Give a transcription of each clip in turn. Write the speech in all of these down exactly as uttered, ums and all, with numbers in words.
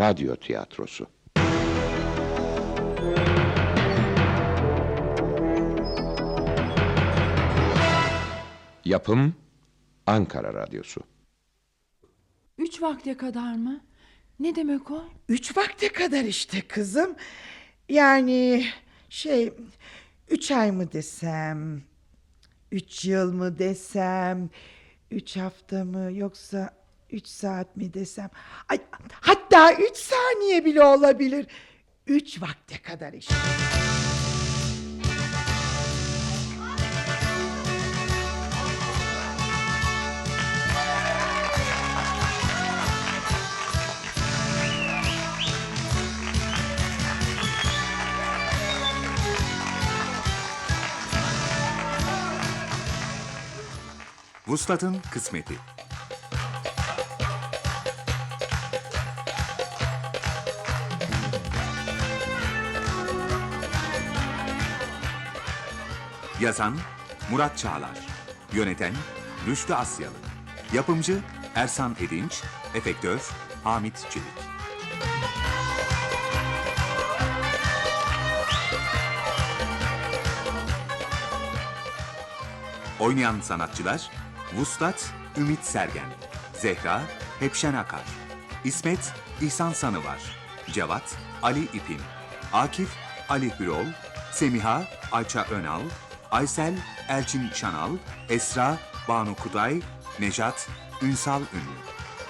radyo tiyatrosu. Yapım Ankara Radyosu. Üç vakte kadar mı? Ne demek o? Üç vakte kadar işte kızım. Yani şey, üç ay mı desem, üç yıl mı desem, üç hafta mı, yoksa üç saat mi desem. Ay, hatta üç saniye bile olabilir. Üç vakte kadar işte. Vuslat'ın Kısmeti. Yazan Murat Çağlar, yöneten Rüştü Asyalı, yapımcı Ersan Edinç, efektör Hamit Çelik. Oynayan sanatçılar: Vuslat Ümit Sergen, Zehra Hepşen Akar, İsmet İhsan Sanıvar, Cevat Ali İpin, Akif Ali Hürol, Semiha Ayça Önal, Aysel Elçin Şanal, Esra Banu Kuday, Nejat Ünsal Ünlü.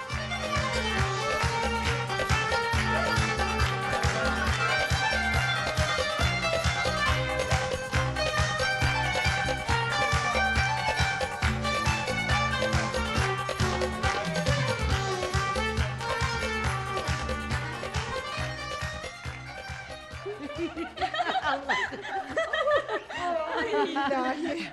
İlahi.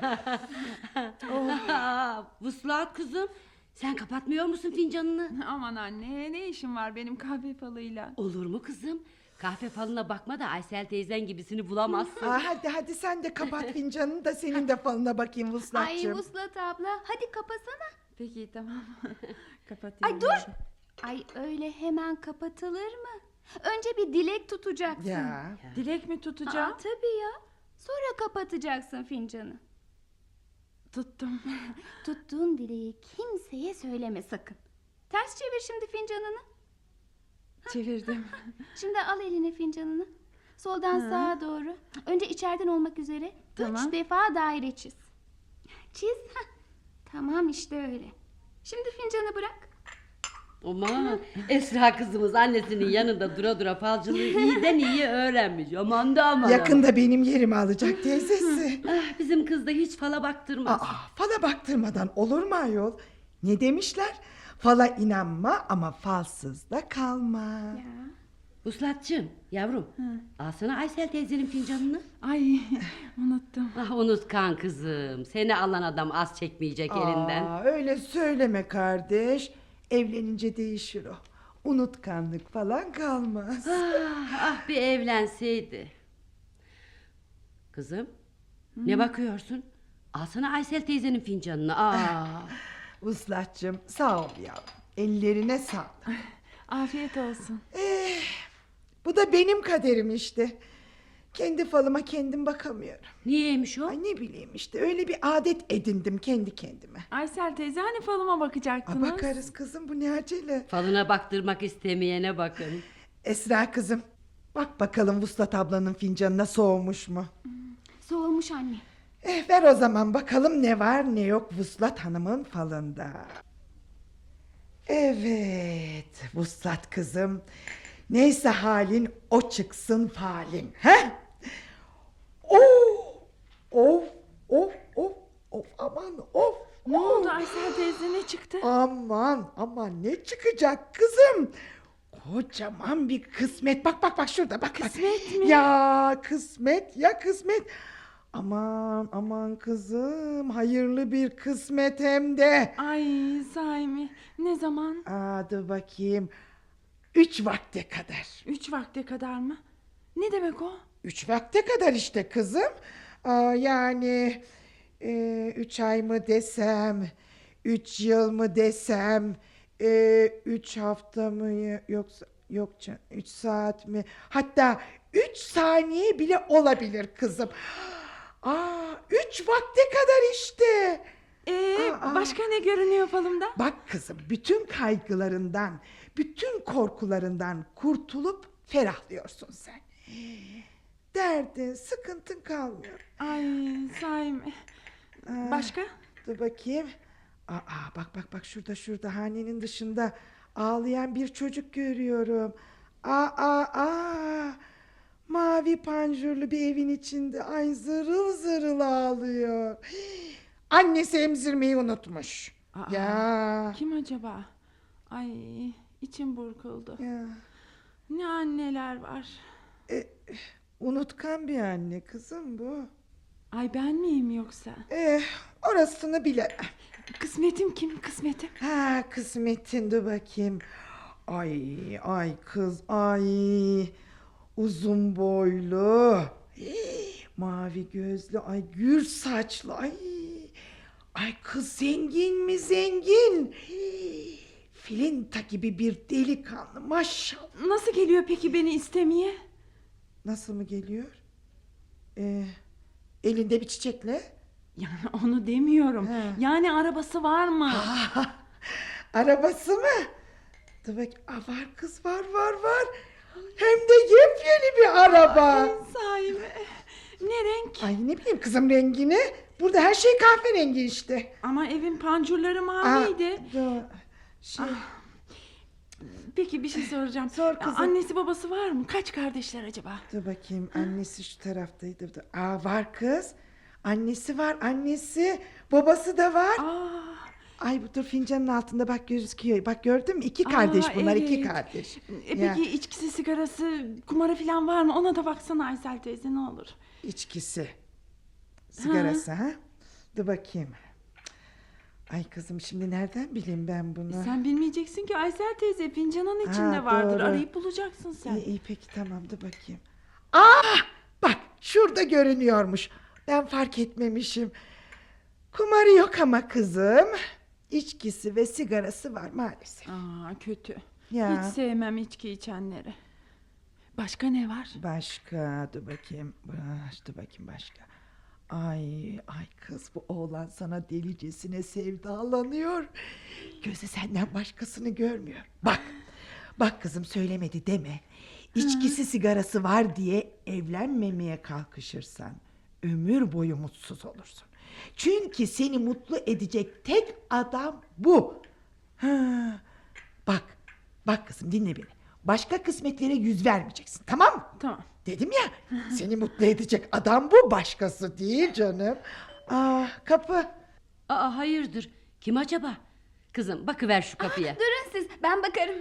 Oh. Vuslat kızım, sen kapatmıyor musun fincanını? Aman anne, ne işin var benim kahve falıyla? Olur mu kızım? Kahve falına bakma da Aysel teyzen gibisini bulamazsın. Aa, hadi hadi sen de kapat fincanını da senin de falına bakayım Ay Vuslat'cığım. Vuslat abla, hadi kapasana. Peki tamam. Kapatayım. Ay dur. Ay öyle hemen kapatılır mı? Önce bir dilek tutacaksın. Ya. Dilek mi tutacağım? Aa, tabii ya. Sonra kapatacaksın fincanı. Tuttum. Tuttuğun dileği kimseye söyleme sakın. Ters çevir şimdi fincanını. Çevirdim. Şimdi al eline fincanını. Soldan sağa doğru. Önce içeriden olmak üzere Tamam. üç defa daire çiz. Çiz. Heh. Tamam işte öyle. Şimdi fincanı bırak. Aman, Esra kızımız annesinin yanında dura dura falcılığı iyiden iyi öğrenmiş. Aman da aman. Yakında benim yerimi alacak teyzesi. Ah, bizim kız da hiç fala baktırmaz. Aa, fala baktırmadan olur mu ayol? Ne demişler? Fala inanma ama falsız da kalma. Ya. Vuslatçığım, yavrum, alsana Aysel teyzenin fincanını. Ay unuttum. Ah, unutkan kızım, seni alan adam az çekmeyecek elinden. Aa, öyle söyleme kardeş. Evlenince değişir o. Unutkanlık falan kalmaz. Ah, ah bir evlenseydi. Kızım, ne bakıyorsun? Alsana Aysel teyzenin fincanını. Aa. Vuslat'cığım sağ ol yavrum. Ellerine sağlık. Afiyet olsun. Eh, bu da benim kaderim işte. Kendi falıma kendim bakamıyorum. Niyeymiş o? Ay ne bileyim işte, öyle bir adet edindim kendi kendime. Aysel teyze hani falıma Aa, bakacaktınız? bakarız kızım, bu ne acele. Falına baktırmak istemeyene bakın. Esra kızım, bak bakalım Vuslat ablanın fincanına soğumuş mu? Soğumuş anne. Eh, ver o zaman bakalım ne var ne yok Vuslat hanımın falında. Evet Vuslat kızım, neyse halin o çıksın falin. He? Oh, of of of of aman of. Ne of. oldu Aysel teyze, ne çıktı? Aman aman, ne çıkacak kızım? Kocaman bir kısmet. Bak bak bak şurada, bak bak. Kısmet mi? Ya kısmet ya kısmet. Aman aman kızım, hayırlı bir kısmet hem de. Ay sahi mi? Ne zaman? Aa, dur bakayım. Üç vakte kadar. Üç vakte kadar mı? Ne demek o? Üç vakte kadar işte kızım. Aa, yani e, üç ay mı desem, üç yıl mı desem, e, üç hafta mı yoksa Yok canım, üç saat mi? Hatta üç saniye bile olabilir kızım. Aa, üç vakte kadar işte. Ee, Aa. başka ne görünüyor falımda? Bak kızım, bütün kaygılarından, bütün korkularından kurtulup ferahlıyorsun sen. Derdin, sıkıntın kalmıyor. Ay sahi mi? Aa, Başka? Dur bakayım. Aa, bak bak bak şurada şurada hanenin dışında ağlayan bir çocuk görüyorum. Aa, aa, aa. Mavi panjurlu bir evin içinde ay zırıl zırıl ağlıyor. Annesi emzirmeyi unutmuş. Aa, Ya. Kim acaba? Ay içim burkuldu. Ya. Ne anneler var. E, unutkan bir anne kızım bu. Ay ben miyim yoksa? Eh, orasını bilemem. Kısmetim kim kısmetim? Ha, kısmetin dur bakayım. Ay ay kız ay. Uzun boylu. Hii, mavi gözlü ay gür saçlı ay. Ay kız zengin mi zengin? Hii, Filinta gibi bir delikanlı maşallah. Nasıl geliyor peki beni istemeye? Nasıl mı geliyor? Ee, elinde bir çiçekle. Yani onu demiyorum. He. Yani arabası var mı? Aa, arabası mı? Dur bak, aa, var kız var var var. Hem de yepyeni bir araba. Ay, sahi mi? Ne renk? Ay ne bileyim kızım rengini. Burada her şey kahverengi işte. Ama evin pancurları Aa, maviydi. dur, şey, Peki bir şey soracağım. Sor kızım. Annesi babası var mı? Kaç kardeşler acaba? dur bakayım annesi şu taraftaydı. Dur. Aa, var kız. Annesi var annesi. Babası da var. Aa, Ay bu dur fincanın altında bak gözüküyor. Bak gördün mü? İki kardeş Aa, bunlar evet. iki kardeş. e Ya, peki içkisi, sigarası, kumarı falan var mı? Ona da baksana Aysel teyze ne olur. içkisi. Sigarası ha? Dur bakayım. Ay kızım şimdi nereden bileyim ben bunu? Sen bilmeyeceksin ki Aysel teyze fincanın Ha, içinde vardır. doğru. Arayıp bulacaksın sen. İyi, iyi peki tamam dur bakayım. Aa, bak şurada görünüyormuş. Ben fark etmemişim. Kumarı yok ama kızım. İçkisi ve sigarası var maalesef. Aa, kötü. Ya. Hiç sevmem içki içenleri. Başka ne var? Başka dur bakayım. Ah, dur bakayım başka. Ay ay kız bu oğlan sana delicesine sevdalanıyor. Gözü senden başkasını görmüyor. Bak bak kızım söylemedi deme. İçkisi sigarası var diye evlenmemeye kalkışırsan ömür boyu mutsuz olursun. Çünkü seni mutlu edecek tek adam bu. Ha, bak bak kızım dinle beni. Başka kısmetlere yüz vermeyeceksin tamam mı? Tamam. Dedim ya seni mutlu edecek adam bu başkası değil canım. Aa, kapı. Aa hayırdır? Kim acaba? Kızım bakıver şu kapıya. Durun siz, ben bakarım.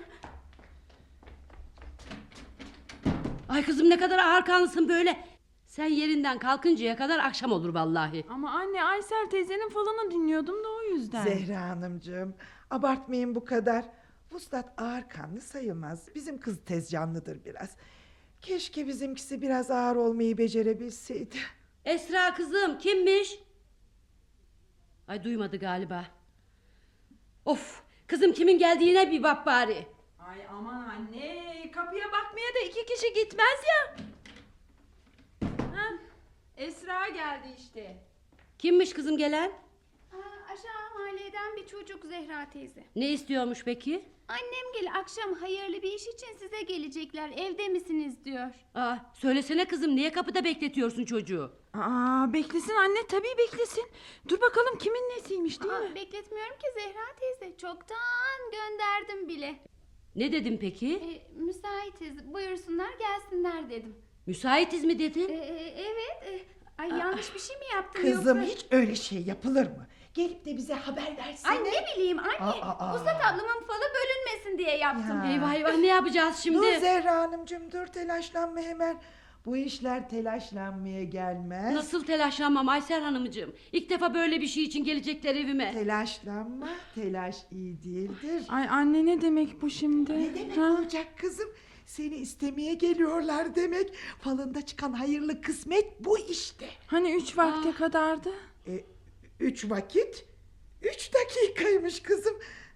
Ay kızım ne kadar ağır kanlısın böyle. Sen yerinden kalkıncaya kadar akşam olur vallahi. Ama anne Aysel teyzenin falını dinliyordum da o yüzden. Zehra Hanımcığım abartmayın bu kadar. Vuslat ağır kanlı sayılmaz. Bizim kız tez canlıdır biraz. Keşke bizimkisi biraz ağır olmayı becerebilseydi. Esra kızım kimmiş? Ay duymadı galiba. Of kızım kimin geldiğine bir bak bari. Ay aman anne kapıya bakmaya da iki kişi gitmez ya. Ha, Esra geldi işte. Kimmiş kızım gelen? Aa, aşağı mahalleden bir çocuk Zehra teyze. Ne istiyormuş peki? Annem gel akşam hayırlı bir iş için size gelecekler. Evde misiniz diyor. Aa, söylesene kızım niye kapıda bekletiyorsun çocuğu? Aa, beklesin anne tabii beklesin. Dur bakalım kimin nesiymiş değil Aa, mi? bekletmiyorum ki Zehra teyze. Çoktan gönderdim bile. Ne dedim peki? E, müsaitiz. Buyursunlar gelsinler dedim. Müsaitiz mi dedin? E, e, evet. e, ay yanlış bir şey mi yaptım Kızım yoksa? hiç öyle şey yapılır mı? Gelip de bize haber versene. Ay ne bileyim anne. Aa, aa. Vuslat ablamın falı bölünmesin diye yaptım. Ya. Eyvah eyvah ne yapacağız şimdi? Dur Zehra Hanımcığım dur telaşlanma hemen. Bu işler telaşlanmaya gelmez. Nasıl telaşlanmam Aysel Hanımcığım? İlk defa böyle bir şey için gelecekler evime. Telaşlanma. Telaş iyi değildir. Ay anne ne demek bu şimdi? Ne demek Ha? olacak kızım? Seni istemeye geliyorlar demek. Falında çıkan hayırlı kısmet bu işte. Hani üç vakte kadardı? E, üç vakit, üç dakikaymış kızım.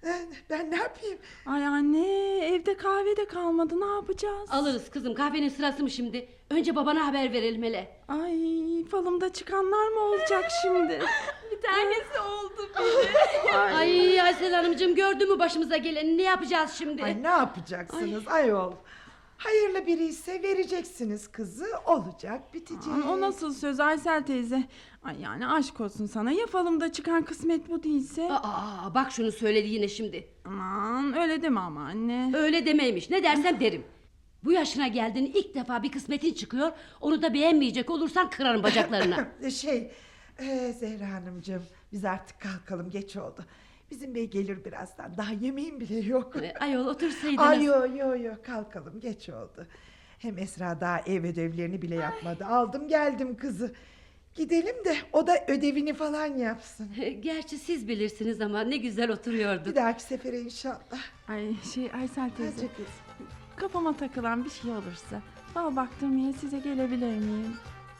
Eh, Ben ne yapayım? Ay anne evde kahve de kalmadı, ne yapacağız? Alırız kızım, kahvenin sırası mı şimdi? Önce babana haber verelim hele. Ay falımda çıkanlar mı olacak şimdi? Bir tanesi oldu bile. Ay. Ay Aysel Hanımcığım, gördün mü başımıza geleni? Ne yapacağız şimdi? Ay ne yapacaksınız ayol? Hayırlı biri ise vereceksiniz kızı, olacak, bitecek. Ay, o nasıl söz Aysel teyze? Ay yani aşk olsun sana, ya falımda çıkan kısmet bu değilse? Aa, bak şunu söyledi yine şimdi. Aman öyle deme ama anne. Öyle demeymiş, ne dersem derim. Bu yaşına geldin, ilk defa bir kısmetin çıkıyor. Onu da beğenmeyecek olursan kırarım bacaklarına. Şey e, Zehra Hanımcığım, biz artık kalkalım, geç oldu. Bizim bey gelir birazdan, daha yemeğim bile yok. E, Ayol otursaydınız. Ay yo yo yo, kalkalım, geç oldu. Hem Esra daha ev ödevlerini bile yapmadı. Aldım geldim kızı. Gidelim de o da ödevini falan yapsın. E, Gerçi siz bilirsiniz ama ne güzel oturuyordu. Bir dahaki sefere inşallah. Ay şey Aysel teyze, Hadi kız. kafama takılan bir şey olursa bal baktırmaya size gelebilir miyim?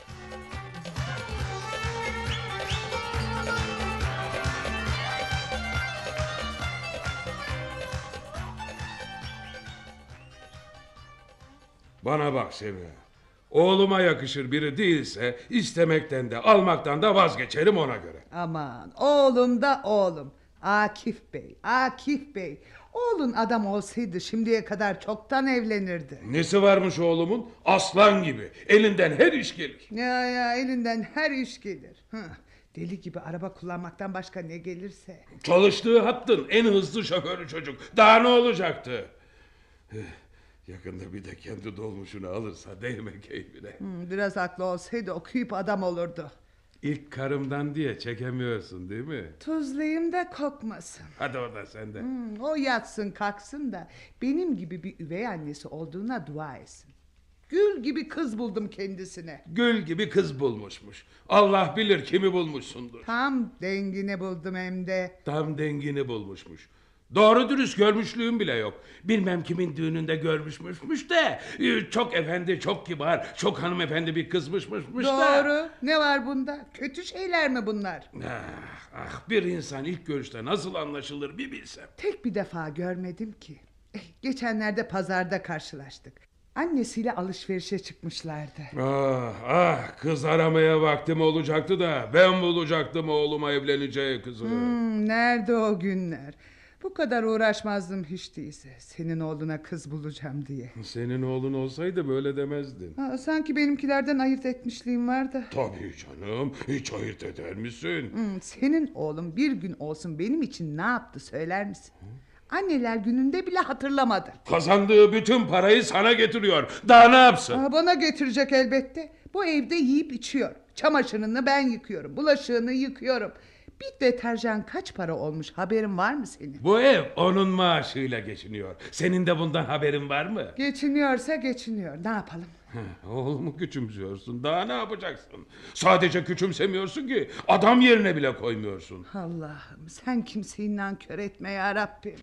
Bana bak Seviye. Oğluma yakışır biri değilse istemekten de almaktan da vazgeçerim ona göre. Aman oğlum da oğlum. Akif Bey, Akif Bey. Oğlun adam olsaydı şimdiye kadar çoktan evlenirdi. Nesi varmış oğlumun? Aslan gibi. Elinden her iş gelir. Ya ya elinden her iş gelir. Hıh. Deli gibi araba kullanmaktan başka ne gelirse. Çalıştığı hattın en hızlı şoförü çocuk. Daha ne olacaktı? Eh, Yakında bir de kendi dolmuşunu alırsa değme keyfine. Hı, biraz aklı olsaydı okuyup adam olurdu. İlk karımdan diye çekemiyorsun değil mi? Tuzlayayım da kokmasın. Hadi oradan sen de. Hı, o yatsın kalksın da benim gibi bir üvey annesi olduğuna dua etsin. Gül gibi kız buldum kendisine. Gül gibi kız bulmuşmuş. Allah bilir kimi bulmuşsundur. Tam dengini buldum hem de. Tam dengini bulmuşmuş. Doğru dürüst görmüşlüğüm bile yok. Bilmem kimin düğününde görmüşmüşmüş de e, çok efendi, çok kibar, çok hanımefendi bir kızmışmışmış da. Doğru. Ne var bunda? Kötü şeyler mi bunlar? Ah, ah, bir insan ilk görüşte nasıl anlaşılır bir bilsem. Tek bir defa görmedim ki. Eh, geçenlerde pazarda karşılaştık. Annesiyle alışverişe çıkmışlardı. Ah ah, kız aramaya vaktim olacaktı da ben bulacaktım oğluma evleneceği kızı. Hmm, nerede o günler? Bu kadar uğraşmazdım hiç değilse. Senin oğluna kız bulacağım diye. Senin oğlun olsaydı böyle demezdin. Ha, sanki benimkilerden ayırt etmişliğim var da. Tabii canım, hiç ayırt eder misin? Hmm, senin oğlun bir gün olsun benim için ne yaptı söyler misin? Anneler gününde bile hatırlamadı. Kazandığı bütün parayı sana getiriyor. Daha ne yapsın? Aa, bana getirecek elbette. Bu evde yiyip içiyor. Çamaşırını ben yıkıyorum. Bulaşığını yıkıyorum. Bir deterjan kaç para olmuş haberin var mı senin? Bu ev onun maaşıyla geçiniyor. Senin de bundan haberin var mı? Geçiniyorsa geçiniyor. Ne yapalım? Heh, oğlumu küçümsüyorsun. Daha ne yapacaksın? Sadece küçümsemiyorsun ki adam yerine bile koymuyorsun. Allah'ım sen kimseyi nankör etme ya Rabbim.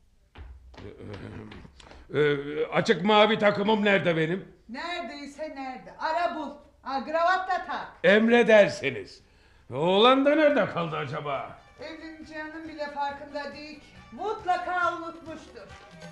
Ee, açık mavi takımım nerede benim? Neredeyse nerede? Ara bul. Ha, kravat da tak. Emredersiniz. Oğlan da nerede kaldı acaba? Evleneceğinin bile farkında değil ki. Mutlaka unutmuştur.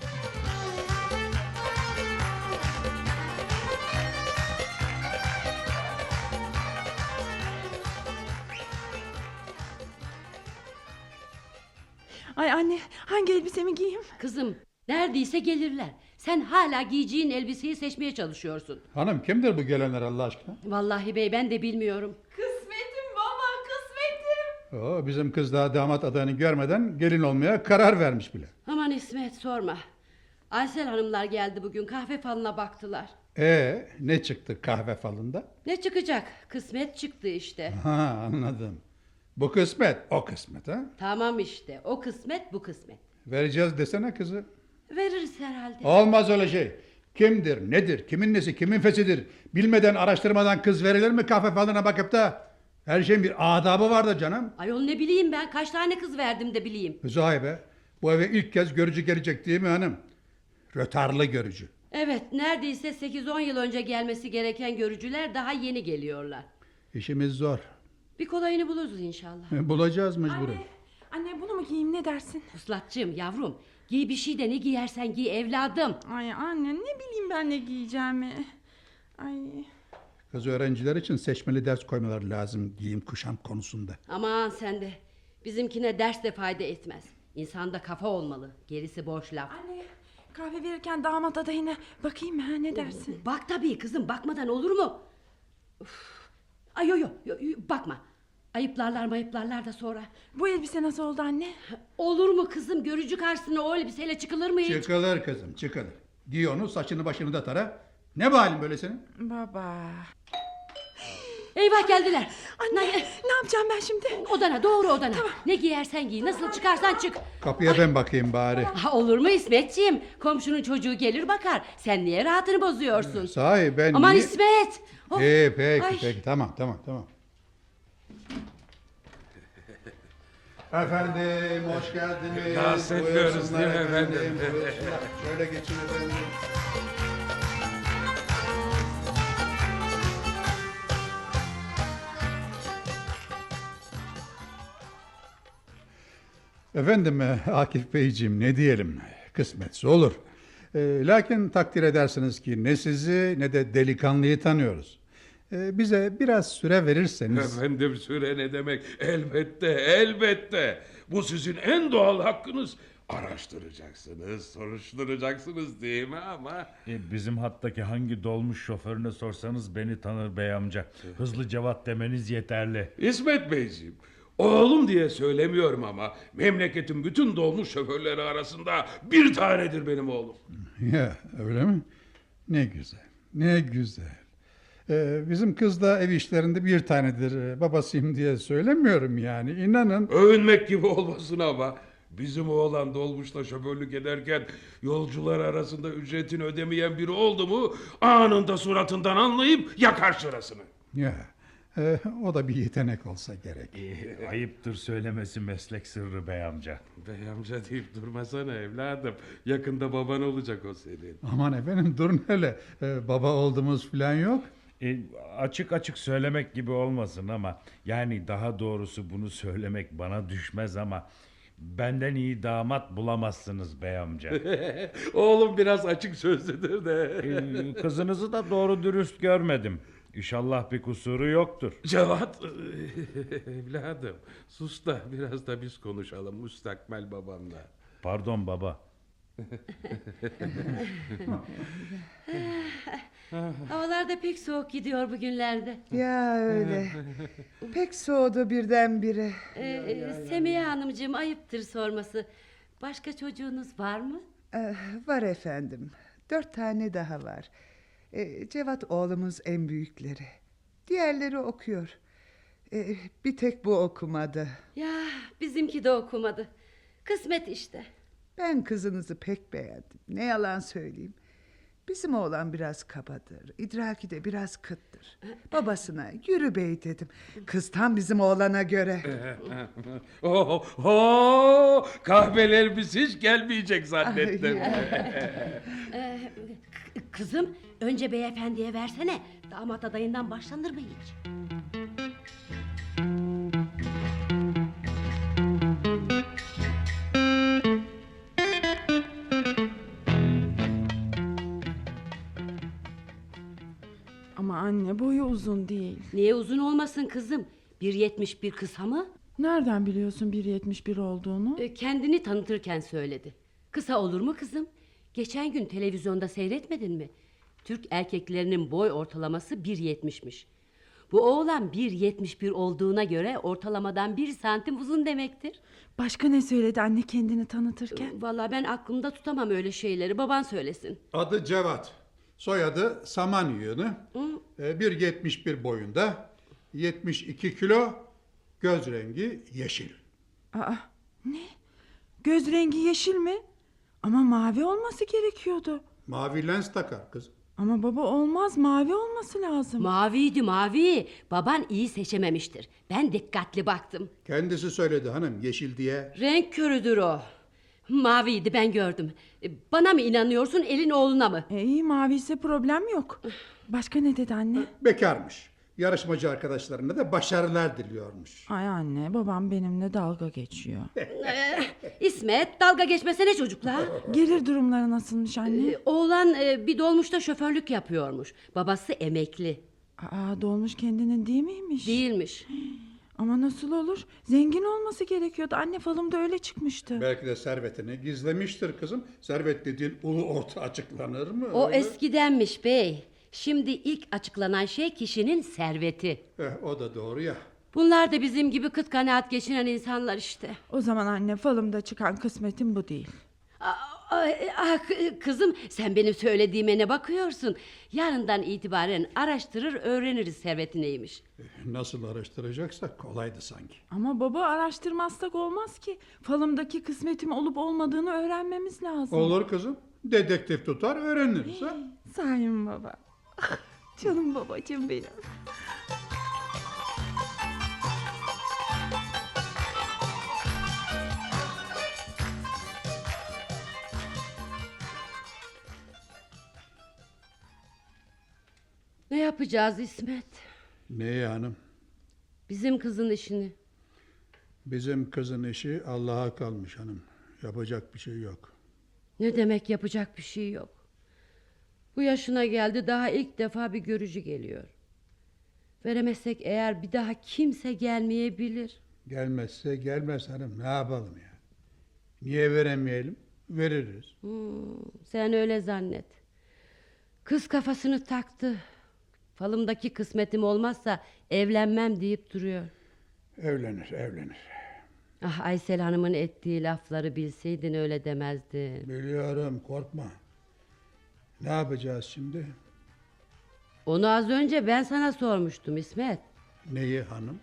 Ay anne hangi elbisemi giyeyim? Kızım, neredeyse gelirler. Sen hala giyeceğin elbiseyi seçmeye çalışıyorsun. Hanım kimdir bu gelenler Allah aşkına? Vallahi bey ben de bilmiyorum. Kısmetim baba, kısmetim. Oo, bizim kız daha damat adayını görmeden gelin olmaya karar vermiş bile. Aman İsmet sorma. Aysel hanımlar geldi bugün, kahve falına baktılar. Ee, ne çıktı kahve falında? Ne çıkacak? Kısmet çıktı işte. Ha, anladım. Bu kısmet o kısmet ha. Tamam işte, o kısmet bu kısmet. Vereceğiz desene kızı. Veririz herhalde. Olmaz öyle şey. Kimdir, nedir, kimin nesi, kimin fesidir? Bilmeden, araştırmadan kız verilir mi kahve falına bakıp da? Her şeyin bir adabı vardır canım. Ayol ne bileyim ben, kaç tane kız verdim de bileyim. Sahibe, bu eve ilk kez görücü gelecek değil mi hanım? Rötarlı görücü. Evet, neredeyse sekiz on yıl önce gelmesi gereken görücüler daha yeni geliyorlar. İşimiz zor. Bir kolayını buluruz inşallah. Bulacağız mecburen. Anne, Anne bunu mu giyeyim, ne dersin? Vuslatcığım yavrum, giy bir şey de ne giyersen giy evladım. Ay anne, ne bileyim ben ne giyeceğimi. Ay. Kız öğrenciler için seçmeli ders koymaları lazım giyim kuşam konusunda. Aman sen de, bizimkine ders de fayda etmez. İnsanda kafa olmalı, gerisi boş laf. Anne, kahve verirken damat adayına bakayım mı, ha, ne dersin? Bak tabii kızım, bakmadan olur mu? Uf. Ay yo yo, yo yo, bakma. Ayıplarlar mayıplarlar da sonra. Bu elbise nasıl oldu anne? Olur mu kızım, görücü karşısına o elbiseyle çıkılır mı hiç? Çıkılır kızım çıkılır. Giy onu, saçını başını da tara. Ne bu halin böyle senin? Baba. Eyvah geldiler. Anne, Nay- ne yapacağım ben şimdi? Odana, doğru odana. Ne giyersen giy, nasıl çıkarsan çık. Kapıya ben bakayım bari. Ha, olur mu İsmetciğim? Komşunun çocuğu gelir bakar. Sen niye rahatını bozuyorsun? Sahi ben Aman niye- İsmet. Of. İyi peki Ay. peki tamam tamam tamam. Efendim hoş geldiniz. Rahatsız etmiyoruz Buyursunlar değil mi efendim? buyursunlar. Şöyle geçin efendim. Efendim e, Akif Beyciğim ne diyelim, kısmetse olur. E, lakin takdir edersiniz ki ne sizi ne de delikanlıyı tanıyoruz. E, bize biraz süre verirseniz... Efendim süre ne demek? Elbette, elbette. Bu sizin en doğal hakkınız. Araştıracaksınız, soruşturacaksınız değil mi ama... E, bizim hattaki hangi dolmuş şoförüne sorsanız beni tanır bey amca. Hızlı Cevat demeniz yeterli. İsmet Beyciğim, oğlum diye söylemiyorum ama memleketin bütün dolmuş şoförleri arasında bir tanedir benim oğlum. Ya öyle mi? Ne güzel, ne güzel. Ee, bizim kız da ev işlerinde bir tanedir. Ee, babasıyım diye söylemiyorum yani, inanın. Övünmek gibi olmasın ama bizim oğlan dolmuşla şoförlük ederken yolcular arasında ücretini ödemeyen biri oldu mu anında suratından anlayıp yakar şurasını. Ya e, o da bir yetenek olsa gerek. E, ayıptır söylemesi meslek sırrı bey amca. Bey amca deyip durmasana evladım. Yakında baban olacak o senin. Aman efendim durun hele. Ee, baba olduğumuz falan yok. E, açık açık söylemek gibi olmasın ama yani daha doğrusu bunu söylemek bana düşmez ama benden iyi damat bulamazsınız bey amca. Oğlum biraz açık sözlüdür de. E, kızınızı da doğru dürüst görmedim. İnşallah bir kusuru yoktur. Cevat, evladım sus da biraz da biz konuşalım müstakbel babamla. Pardon baba. Havalar da pek soğuk gidiyor bugünlerde. Ya öyle. Pek soğudu birdenbire. Ee, e, Semiha Hanımcığım, ayıptır sorması. Başka çocuğunuz var mı? Ee, var efendim. Dört tane daha var. Ee, Cevat oğlumuz en büyükleri. Diğerleri okuyor. Ee, bir tek bu okumadı. Ya bizimki de okumadı. Kısmet işte. Ben kızınızı pek beğendim. Ne yalan söyleyeyim. Bizim oğlan biraz kabadır. İdraki de biraz kıttır. Babasına yürü bey dedim. Kız tam bizim oğlana göre. oh, oh, kahvelerimiz hiç gelmeyecek zannettim. Ee, k- kızım, önce beyefendiye versene. Damat adayından başlanır mı hiç? Ama anne, boyu uzun değil. Niye uzun olmasın kızım? bir yetmiş bir kısa mı? Nereden biliyorsun bir yetmiş bir olduğunu? Ee, kendini tanıtırken söyledi. Kısa olur mu kızım? Geçen gün televizyonda seyretmedin mi? Türk erkeklerinin boy ortalaması bir yetmişmiş. Bu oğlan bir yetmiş bir olduğuna göre ortalamadan bir santim uzun demektir. Başka ne söyledi anne kendini tanıtırken? Vallahi ben aklımda tutamam öyle şeyleri. Baban söylesin. Adı Cevat. Soyadı Saman yığını. Ee, bir yetmiş bir boyunda. yetmiş iki kilo. Göz rengi yeşil. Aa, ne? Göz rengi yeşil mi? Ama mavi olması gerekiyordu. Mavi lens takar kız. Ama baba olmaz, mavi olması lazım. Maviydi mavi. Baban iyi seçememiştir. Ben dikkatli baktım. Kendisi söyledi hanım yeşil diye. Renk körüdür o. Maviydi, ben gördüm. E, Bana mı inanıyorsun, elin oğluna mı? E, iyi, mavi ise problem yok. Başka ne dedi anne? Bekarmış. Yarışmacı arkadaşlarına da başarılar diliyormuş. Ay anne, babam benimle dalga geçiyor. Ee, İsmet, dalga geçmesene çocuklar. Gelir durumları nasılmış anne? Ee, oğlan e, bir dolmuşta şoförlük yapıyormuş. Babası emekli. Aa, dolmuş kendinin değil miymiş? Değilmiş. Ama nasıl olur? Zengin olması gerekiyordu. Anne falımda öyle çıkmıştı. Belki de servetini gizlemiştir kızım. Servet dediğin ulu orta açıklanır mı? O öyle? eskidenmiş bey. Şimdi ilk açıklanan şey kişinin serveti. Eh, o da doğru ya. Bunlar da bizim gibi kıt kanaat geçinen insanlar işte. O zaman anne, falımda çıkan kısmetim bu değil. Aa, ah, kızım, sen benim söylediğime ne bakıyorsun? Yarından itibaren araştırır öğreniriz serveti neymiş. Eh, Nasıl araştıracaksak kolaydı sanki. Ama baba, araştırmazsak olmaz ki. Falımdaki kısmetim olup olmadığını öğrenmemiz lazım. Olur kızım. Dedektif tutar öğreniriz ha. Sahi mi baba? Canım babacığım benim. Ne yapacağız İsmet? Neye hanım? Bizim kızın işini. Bizim kızın işi Allah'a kalmış hanım. Yapacak bir şey yok. Ne demek yapacak bir şey yok? Bu yaşına geldi, daha ilk defa bir görücü geliyor. Veremezsek eğer bir daha kimse gelmeyebilir. Gelmezse gelmez hanım. Ne yapalım ya? Niye veremeyelim? Veririz. Hmm, sen öyle zannet. Kız kafasını taktı. Falımdaki kısmetim olmazsa evlenmem deyip duruyor. Evlenir, evlenir. Ah, Aysel Hanım'ın ettiği lafları bilseydin öyle demezdin. Biliyorum, korkma. Ne yapacağız şimdi? Onu az önce ben sana sormuştum İsmet. Neyi hanım?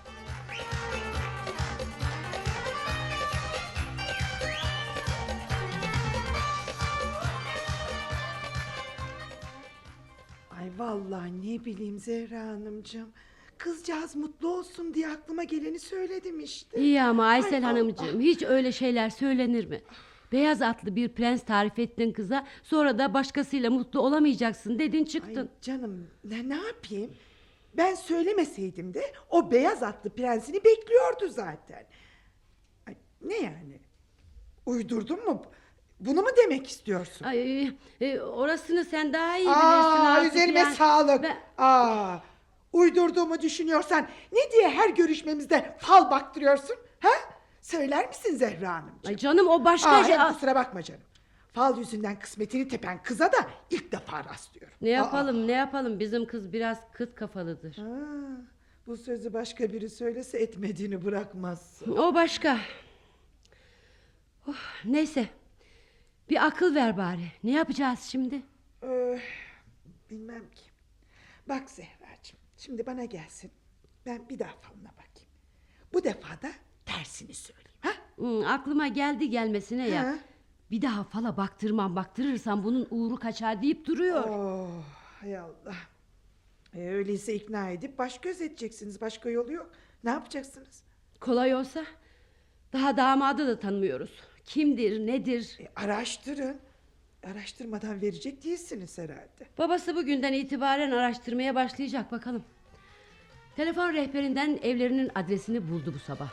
Ay vallahi ne bileyim Zehra Hanımcığım. Kızcağız mutlu olsun diye aklıma geleni söyledim işte. İyi ama Aysel Ay, Hanımcığım, hiç öyle şeyler söylenir mi? Beyaz atlı bir prens tarif ettin kıza, sonra da başkasıyla mutlu olamayacaksın dedin çıktın. Ay canım, ne, ne yapayım? Ben söylemeseydim de o beyaz atlı prensini bekliyordu zaten. Ay, ne yani? Uydurdun mu? Bunu mu demek istiyorsun? Ay, e, orasını sen daha iyi bilirsin. Aa, artık üzerime yani. sağlık. Ben- Aa, uydurduğumu düşünüyorsan ne diye her görüşmemizde fal baktırıyorsun? Ha? Söyler misin Zehra Hanımcığım? Ay canım, o başka Aa, şey. hem kusura bakma canım. Fal yüzünden kısmetini tepen kıza da ilk defa rastlıyorum. Ne yapalım ne yapalım, bizim kız biraz kıt kafalıdır. Aa, bu sözü başka biri söylese etmediğini bırakmazsın. O başka. Oh, neyse, bir akıl ver bari. Ne yapacağız şimdi? Ee, bilmem ki. Bak Zehracığım, şimdi bana gelsin. Ben bir daha falına bakayım. Bu defa da tersini söyleyeyim. Ha? Hmm, aklıma geldi gelmesine ya. Ha? Bir daha fala baktırmam, baktırırsam bunun uğru kaçar deyip duruyor. Oh, hay Allah. E, öyleyse ikna edip baş göz edeceksiniz. Başka yolu yok. Ne yapacaksınız? Kolay olsa. Daha damadı da tanımıyoruz. Kimdir, nedir? E, araştırın. Araştırmadan verecek değilsiniz herhalde. Babası bugünden itibaren araştırmaya başlayacak, bakalım. Telefon rehberinden evlerinin adresini buldu bu sabah.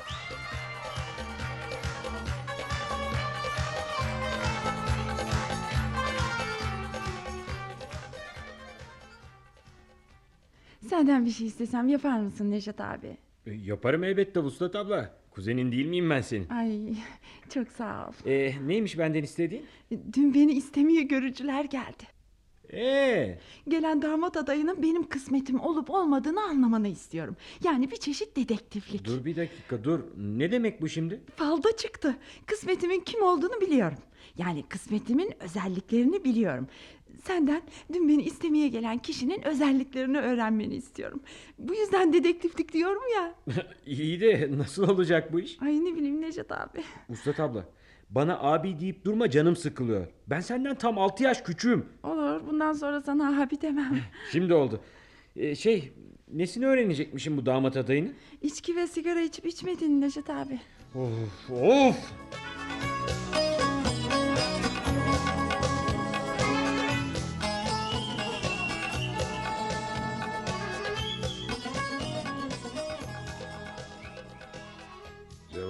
Senden bir şey istesem yapar mısın Neşet abi? E, Yaparım elbette Vuslat abla. Kuzenin değil miyim ben senin? Ay çok sağ ol. E, neymiş benden istediğin? Dün beni istemeye görücüler geldi. Ee, Gelen damat adayının benim kısmetim olup olmadığını anlamanı istiyorum. Yani bir çeşit dedektiflik. dur bir dakika dur. Ne demek bu şimdi? Falda çıktı. Kısmetimin kim olduğunu biliyorum. Yani kısmetimin özelliklerini biliyorum. Senden dün beni istemeye gelen kişinin özelliklerini öğrenmeni istiyorum. Bu yüzden dedektiflik diyorum ya. İyi de nasıl olacak bu iş? Ay ne bileyim Neşet abi. Vuslat abla, bana abi deyip durma, canım sıkılıyor. Ben senden tam altı yaş küçüğüm. Olur, bundan sonra sana abi demem. Şimdi oldu. E, şey, nesini öğrenecekmişim bu damat adayını? İçki ve sigara içip içmediğini Neşet abi. Of of.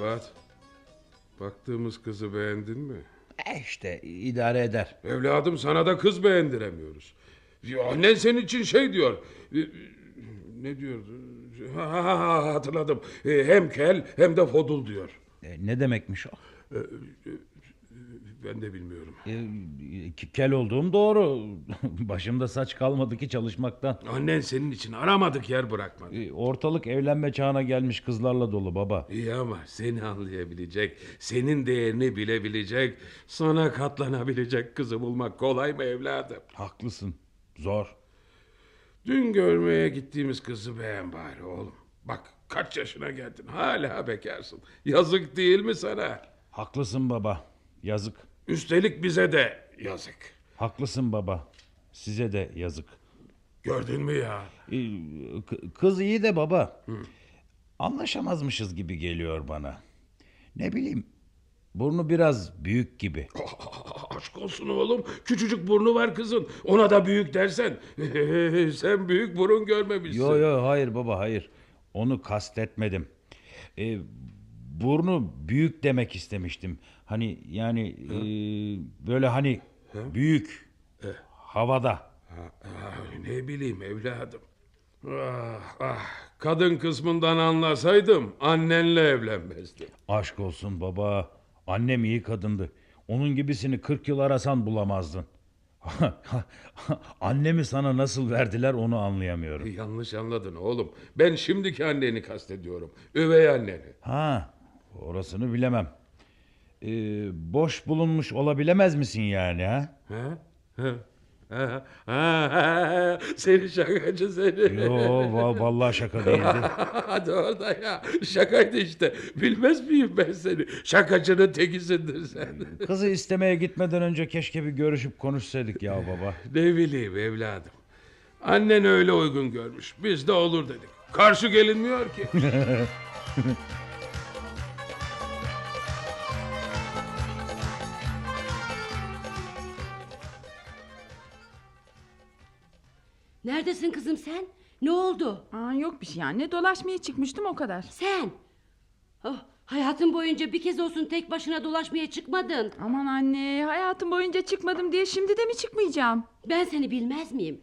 Cevat, baktığımız kızı beğendin mi? E işte idare eder. Evladım, sana da kız beğendiremiyoruz. Ya, annen senin için şey diyor. e, Ne diyordu? Ha, ha, ha, hatırladım. E, Hem kel hem de fodul diyor. E, ne demekmiş o? E, e, Ben de bilmiyorum. E, kel olduğum doğru. Başımda saç kalmadı ki çalışmaktan. Annen senin için aramadık yer bırakmadı. E, ortalık evlenme çağına gelmiş kızlarla dolu baba. İyi ama seni anlayabilecek, senin değerini bilebilecek, sana katlanabilecek kızı bulmak kolay mı evladım? Haklısın. Zor. Dün görmeye gittiğimiz kızı beğen bari oğlum. Bak, kaç yaşına geldin, hala bekarsın. Yazık değil mi sana? Haklısın baba. Yazık. Üstelik bize de yazık. Haklısın baba. Size de yazık. Gördün mü ya? E, k- kız iyi de baba. Hı. Anlaşamazmışız gibi geliyor bana. Ne bileyim. Burnu biraz büyük gibi. Aşk olsun oğlum. Küçücük burnu var kızın. Ona da büyük dersen. Sen büyük burun görmemişsin. Yo yo hayır baba hayır. Onu kastetmedim. Ee, burnu büyük demek istemiştim. Hani yani e, böyle hani Hı? büyük. E. Havada. Ha, ha, ne bileyim evladım. Ah, ah. Kadın kısmından anlasaydım annenle evlenmezdim. Aşk olsun baba. Annem iyi kadındı. Onun gibisini kırk yıl arasan bulamazdın. Annemi sana nasıl verdiler onu anlayamıyorum. Yanlış anladın oğlum. Ben şimdiki anneni kastediyorum. Üvey anneni. Ha, orasını bilemem. Ee, boş bulunmuş olabilemez misin yani ha? Ha? Ha? Ha, ha, ha, seni şakacı seni. Yo va- vallahi şaka değildi. Hadi orada ya. Şakaydı işte. Bilmez miyim ben seni? Şakacının tekisindir sen. Kızı istemeye gitmeden önce keşke bir görüşüp konuşsaydık ya baba. Ne bileyim evladım. Annen öyle uygun görmüş. Biz de olur dedik. Karşı gelinmiyor ki. Neredesin kızım sen? Ne oldu? Aa, yok bir şey anne, dolaşmaya çıkmıştım o kadar. Sen? Oh, hayatın boyunca bir kez olsun tek başına dolaşmaya çıkmadın. Aman anne, hayatım boyunca çıkmadım diye şimdi de mi çıkmayacağım? Ben seni bilmez miyim?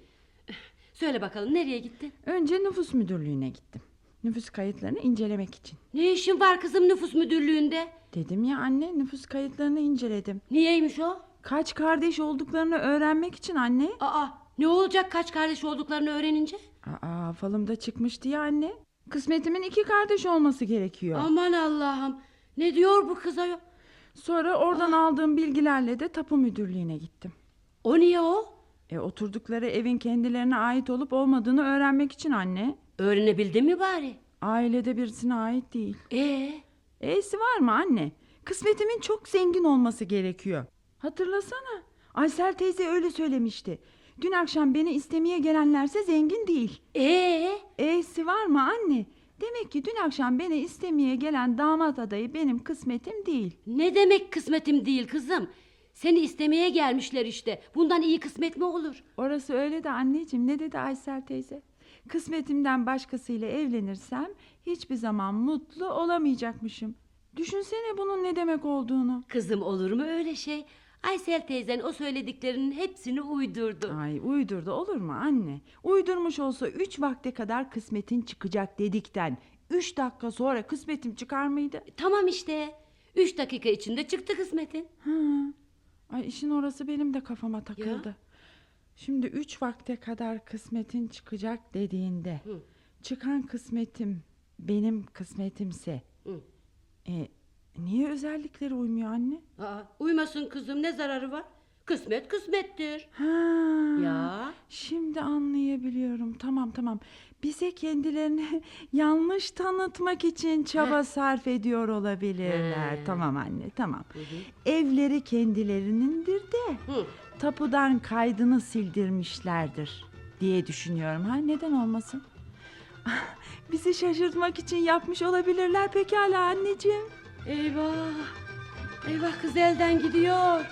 Söyle bakalım, nereye gittin? Önce nüfus müdürlüğüne gittim. Nüfus kayıtlarını incelemek için. Ne işin var kızım nüfus müdürlüğünde? Dedim ya anne, nüfus kayıtlarını inceledim. Niyeymiş o? Kaç kardeş olduklarını öğrenmek için anne. Aa, ne olacak kaç kardeş olduklarını öğrenince? Aa, falımda çıkmıştı ya anne. Kısmetimin iki kardeş olması gerekiyor. Aman Allah'ım, ne diyor bu kız ayol? Sonra oradan Aa. aldığım bilgilerle de tapu müdürlüğüne gittim. O niye o? E, oturdukları evin kendilerine ait olup olmadığını öğrenmek için anne. Öğrenebildin mi bari? Ailede birisine ait değil. Ee? E'si var mı anne? Kısmetimin çok zengin olması gerekiyor. Hatırlasana. Aysel teyze öyle söylemişti. Dün akşam beni istemeye gelenlerse zengin değil. Ee? E'si var mı anne? Demek ki dün akşam beni istemeye gelen damat adayı benim kısmetim değil. Ne demek kısmetim değil kızım? Seni istemeye gelmişler işte. Bundan iyi kısmet mi olur? Orası öyle de anneciğim, ne dedi Aysel teyze? Kısmetimden başkasıyla evlenirsem hiçbir zaman mutlu olamayacakmışım. Düşünsene bunun ne demek olduğunu. Kızım olur mu öyle şey? Aysel teyzen o söylediklerinin hepsini uydurdu. Ay uydurdu olur mu anne? Uydurmuş olsa üç vakte kadar kısmetin çıkacak dedikten üç dakika sonra kısmetim çıkar mıydı? Tamam işte. Üç dakika içinde çıktı kısmetin. Ha. Ay işin orası benim de kafama takıldı. Ya. Şimdi üç vakte kadar kısmetin çıkacak dediğinde Hı. çıkan kısmetim benim kısmetimse Hı. e, niye özellikleri uymuyor anne? Aa, uymasın kızım, ne zararı var? Kısmet kısmettir. Ha. Ya. Şimdi anlayabiliyorum. Tamam tamam. Bize kendilerini yanlış tanıtmak için çaba Ha. sarf ediyor olabilirler. Ha. Tamam anne, tamam. Hı hı. Evleri kendilerinindir de Hı. tapudan kaydını sildirmişlerdir diye düşünüyorum. Ha, neden olmasın? Bizi şaşırtmak için yapmış olabilirler pekala anneciğim. Eyvah. Eyvah, kız elden gidiyor. Aa.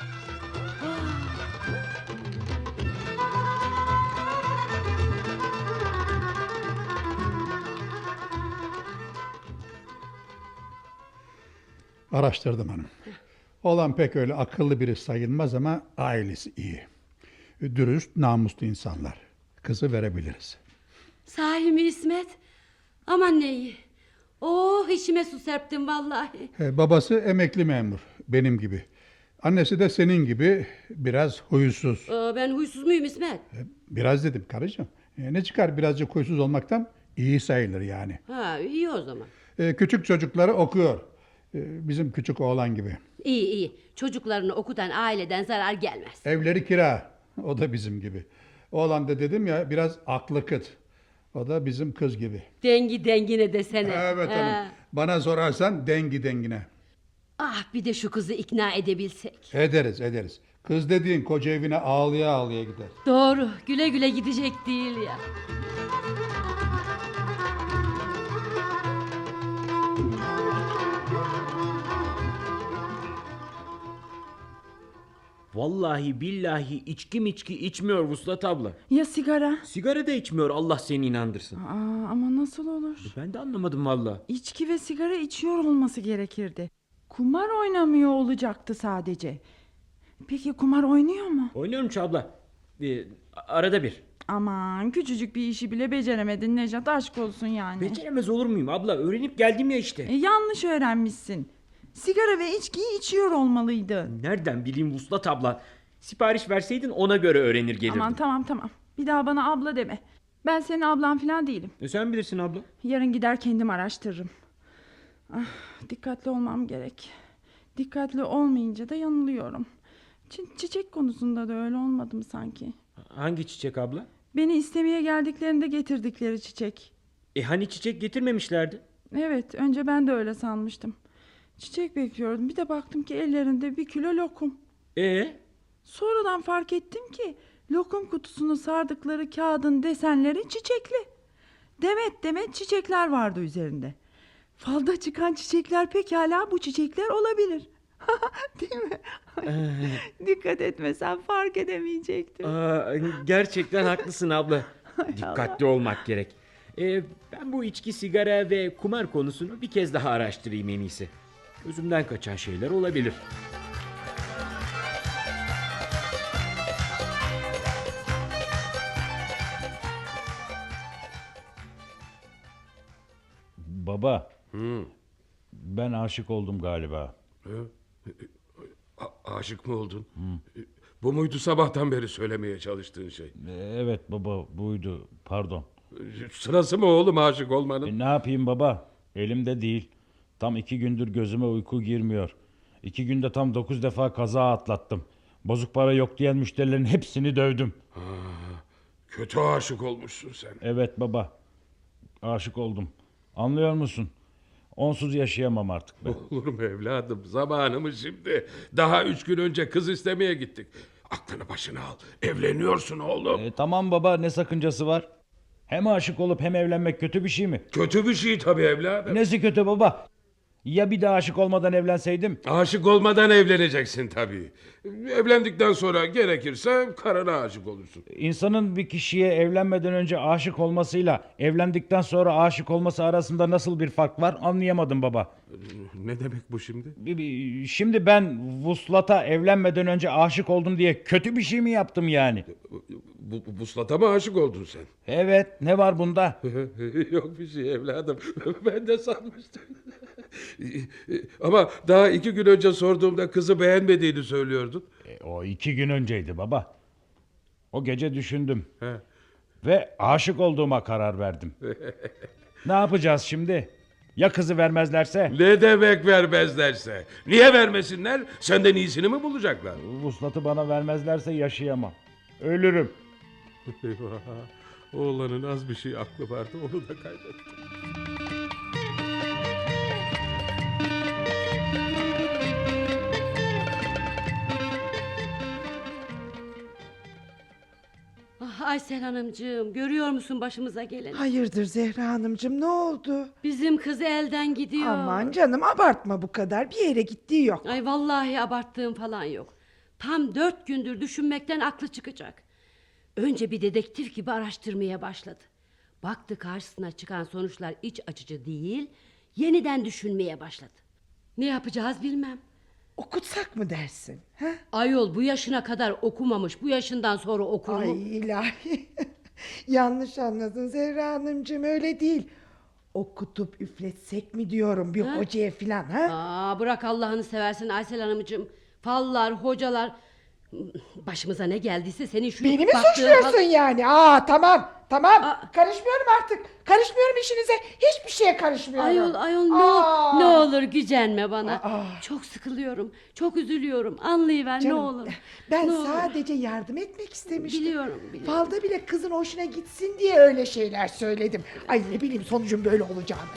Araştırdım hanım. Oğlan pek öyle akıllı biri sayılmaz ama ailesi iyi. Dürüst, namuslu insanlar. Kızı verebiliriz. Sahi mi İsmet? Aman ne iyi. Oh, içime su serptim vallahi. Ee, babası emekli memur, benim gibi. Annesi de senin gibi biraz huysuz. Aa, ben huysuz muyum İsmet? Biraz dedim karıcığım. Ee, ne çıkar birazcık huysuz olmaktan? İyi sayılır yani. Ha, iyi o zaman. Ee, küçük çocukları okuyor. Ee, bizim küçük oğlan gibi. İyi iyi. Çocuklarını okutan aileden zarar gelmez. Evleri kira. O da bizim gibi. Oğlan da dedim ya biraz aklı kıt. O da bizim kız gibi. Dengi dengine desene. Evet hanım. Ha. Bana sorarsan dengi dengine. Ah, bir de şu kızı ikna edebilsek. Ederiz ederiz. Kız dediğin koca evine ağlaya ağlaya gider. Doğru, güle güle gidecek değil ya. Vallahi billahi içki miçki içmiyor Vuslat abla. Ya sigara? Sigara da içmiyor, Allah seni inandırsın. Aa, ama nasıl olur? Ben de anlamadım valla. İçki ve sigara içiyor olması gerekirdi. Kumar oynamıyor olacaktı sadece. Peki kumar oynuyor mu? Oynuyorum ki abla. Ee, arada bir. Aman, küçücük bir işi bile beceremedin Nejat, aşk olsun yani. Beceremez olur muyum abla? Öğrenip geldim ya işte. E, yanlış öğrenmişsin. Sigara ve içkiyi içiyor olmalıydı. Nereden bileyim Vuslat abla? Sipariş verseydin ona göre öğrenir gelirdim. Aman tamam tamam. Bir daha bana abla deme. Ben senin ablan falan değilim. E sen bilirsin abla. Yarın gider kendim araştırırım. Ah, dikkatli olmam gerek. Dikkatli olmayınca da yanılıyorum. Çi- çiçek konusunda da öyle olmadım sanki. Hangi çiçek abla? Beni istemeye geldiklerinde getirdikleri çiçek. E hani çiçek getirmemişlerdi? Evet, önce ben de öyle sanmıştım. Çiçek bekliyordum. Bir de baktım ki ellerinde bir kilo lokum. E Sonradan fark ettim ki lokum kutusunu sardıkları kağıdın desenleri çiçekli. Demet demet çiçekler vardı üzerinde. Falda çıkan çiçekler pekala bu çiçekler olabilir. Değil mi? Dikkat etmesen fark edemeyecektim. Aa, gerçekten haklısın abla. Dikkatli olmak gerek. E, ben bu içki, sigara ve kumar konusunu bir kez daha araştırayım en iyisi. Gözümden kaçan şeyler olabilir. Baba. Ben aşık oldum galiba. A- aşık mı oldun? Bu muydu sabahtan beri söylemeye çalıştığın şey? Evet baba, buydu. Pardon. Sırası mı oğlum aşık olmanın? E, ne yapayım baba? Elimde değil. Tam iki gündür gözüme uyku girmiyor. İki günde tam dokuz defa kaza atlattım. Bozuk para yok diyen müşterilerin hepsini dövdüm. Ha, kötü aşık olmuşsun sen. Evet baba. Aşık oldum. Anlıyor musun? Onsuz yaşayamam artık ben. Olur mu evladım? Zamanı mı şimdi? Daha üç gün önce kız istemeye gittik. Aklını başına al. Evleniyorsun oğlum. E, tamam baba, ne sakıncası var? Hem aşık olup hem evlenmek kötü bir şey mi? Kötü bir şey tabii evladım. Nesi kötü baba? Ya bir daha aşık olmadan evlenseydim? Aşık olmadan evleneceksin tabii. Evlendikten sonra gerekirse karına aşık olursun. İnsanın bir kişiye evlenmeden önce aşık olmasıyla evlendikten sonra aşık olması arasında nasıl bir fark var anlayamadım baba. Ne demek bu şimdi? Bir- bir- Şimdi ben Vuslat'a evlenmeden önce aşık oldum diye kötü bir şey mi yaptım yani? Bu, bu vuslata mı aşık oldun sen? Evet, ne var bunda? Yok bir şey evladım. Ben de sanmıştım. Ama daha iki gün önce sorduğumda kızı beğenmediğini söylüyordun. E, o iki gün önceydi baba. O gece düşündüm. He. Ve aşık olduğuma karar verdim. Ne yapacağız şimdi? Ya kızı vermezlerse? Ne demek vermezlerse? Niye vermesinler? Senden iyisini mi bulacaklar? Vuslat'ı bana vermezlerse yaşayamam. Ölürüm. Eyvah. Oğlanın az bir şey aklı vardı, onu da kaybettim. Ah, Aysel Hanımcığım, görüyor musun başımıza geleni? Hayırdır Zehra Hanımcığım, ne oldu? Bizim kız elden gidiyor. Aman canım, abartma bu kadar, bir yere gittiği yok. Ay vallahi abarttığım falan yok. Tam dört gündür düşünmekten aklı çıkacak. Önce bir dedektif gibi araştırmaya başladı. Baktı karşısına çıkan sonuçlar iç açıcı değil, yeniden düşünmeye başladı. Ne yapacağız bilmem. Okutsak mı dersin? Ha? Ayol bu yaşına kadar okumamış, bu yaşından sonra okur mu? Ay ilahi. Yanlış anladın Zehra Hanımcığım, öyle değil. Okutup üfletsek mi diyorum bir Ha? hocaya filan ha? Aa, bırak Allah'ını seversin Aysel Hanımcığım. Fallar, hocalar. Başımıza ne geldiyse senin şu Beni mi baktığın suçluyorsun fal- yani? Aa tamam tamam, Aa. karışmıyorum artık. Karışmıyorum işinize, hiçbir şeye karışmıyorum. Ayol ayol ne, Aa. ol- ne olur gücenme bana. Aa. Çok sıkılıyorum. Çok üzülüyorum. Anlayıver Canım, ne olur. Ben Ne olur. sadece yardım etmek istemiştim. Biliyorum, biliyorum. Falda bile kızın hoşuna gitsin diye öyle şeyler söyledim. Ay ne bileyim sonucun böyle olacağını.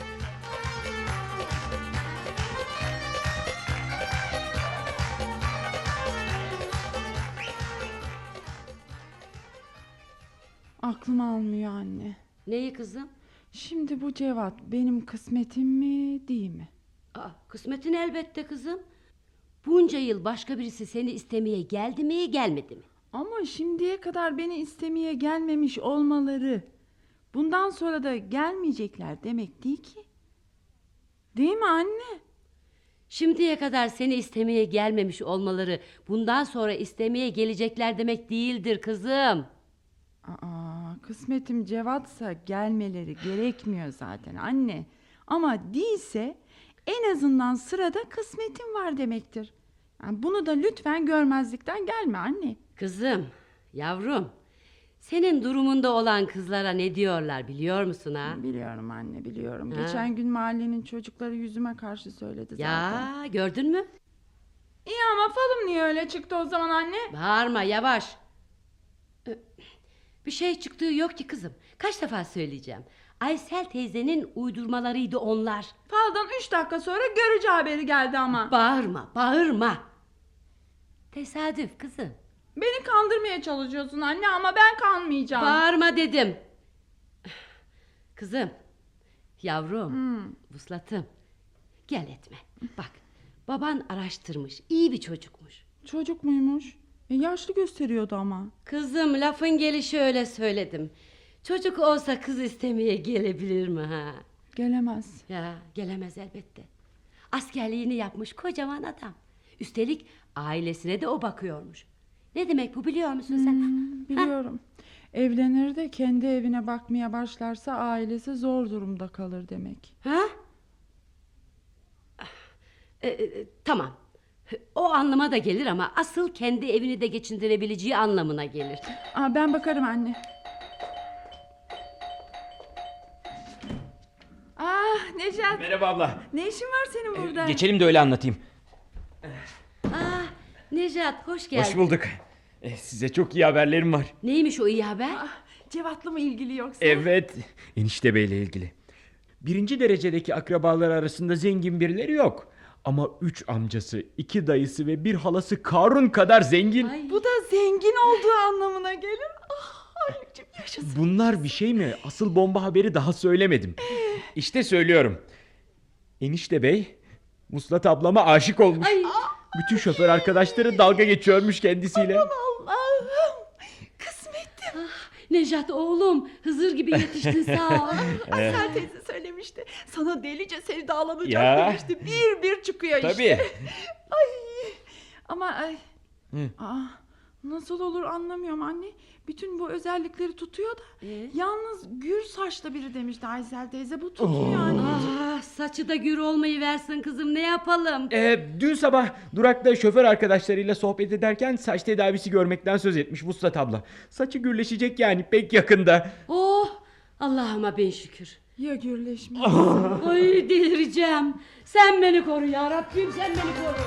Aklım almıyor anne. Neyi kızım? Şimdi bu Cevat benim kısmetim mi değil mi? Aa, kısmetin elbette kızım. Bunca yıl başka birisi seni istemeye geldi mi gelmedi mi? Ama şimdiye kadar beni istemeye gelmemiş olmaları bundan sonra da gelmeyecekler demek değil ki. Değil mi anne? Şimdiye kadar seni istemeye gelmemiş olmaları bundan sonra istemeye gelecekler demek değildir kızım. Aa, kısmetim Cevat'sa gelmeleri gerekmiyor zaten anne. Ama değilse en azından sırada kısmetim var demektir. Yani bunu da lütfen görmezlikten gelme anne. Kızım, yavrum, senin durumunda olan kızlara ne diyorlar biliyor musun ha? Biliyorum anne, biliyorum. Ha. Geçen gün mahallenin çocukları yüzüme karşı söyledi zaten. Ya gördün mü? İyi ama falım niye öyle çıktı o zaman anne? Bağırma yavaş. Ee, Bir şey çıktığı yok ki kızım. Kaç defa söyleyeceğim. Aysel teyzenin uydurmalarıydı onlar. Faldan üç dakika sonra görücü haberi geldi ama. Bağırma, bağırma. Tesadüf kızım. Beni kandırmaya çalışıyorsun anne ama ben kanmayacağım. Bağırma dedim. Kızım, yavrum, Hmm. vuslatım. Gel etme. Bak, baban araştırmış, iyi bir çocukmuş. Çocuk muymuş? E, yaşlı gösteriyordu ama. Kızım, lafın gelişi öyle söyledim. Çocuk olsa kız istemeye gelebilir mi ha? Gelemez. Ya gelemez elbette. Askerliğini yapmış kocaman adam. Üstelik ailesine de o bakıyormuş. Ne demek bu biliyor musun sen? Hmm, biliyorum. Evlenir de kendi evine bakmaya başlarsa ailesi zor durumda kalır demek. Ha? E, e, tamam. O anlama da gelir ama asıl kendi evini de geçindirebileceği anlamına gelir. Aa, ben bakarım anne. Ah Necat. Merhaba abla. Ne işin var senin burada? Geçelim de öyle anlatayım. Ah, Necat hoş geldin. Hoş bulduk. Eh, size çok iyi haberlerim var. Neymiş o iyi haber? Ah, Cevat'la mı ilgili yoksa? Evet. Enişte beyle ilgili. Birinci derecedeki akrabalar arasında zengin birileri yok. Ama üç amcası, iki dayısı ve bir halası Karun kadar zengin. Ay. Bu da zengin olduğu anlamına gelir. Ah Haluk'cum yaşasın. Bunlar bir şey mi? Asıl bomba haberi daha söylemedim. İşte söylüyorum. Enişte bey Vuslat ablama aşık olmuş. Ay. Bütün şoför arkadaşları dalga geçiyormuş kendisiyle. Allah'ım. Kısmetim. Necat oğlum, Hızır gibi yetiştin sağ ol. Asel teyze söylemişti. Sana delice sevdalanacak Ya. demişti. Bir bir çıkıyor işte. Tabii. Ay. Ama ay. Hı. Aa, nasıl olur anlamıyorum anne. Bütün bu özellikleri tutuyor da. Ee? Yalnız gür saçlı biri demişti Aysel teyze. Bu tutmuyor anne. Ah, saçı da gür olmayı versin kızım, ne yapalım? Ee, dün sabah durakta şoför arkadaşlarıyla sohbet ederken saç tedavisi görmekten söz etmiş Vuslat abla. Saçı gürleşecek yani pek yakında. Oh, Allah'ıma bin şükür. Ya gürleşmiş. Ay delireceğim. Sen beni koru ya Rabbim, sen beni koru.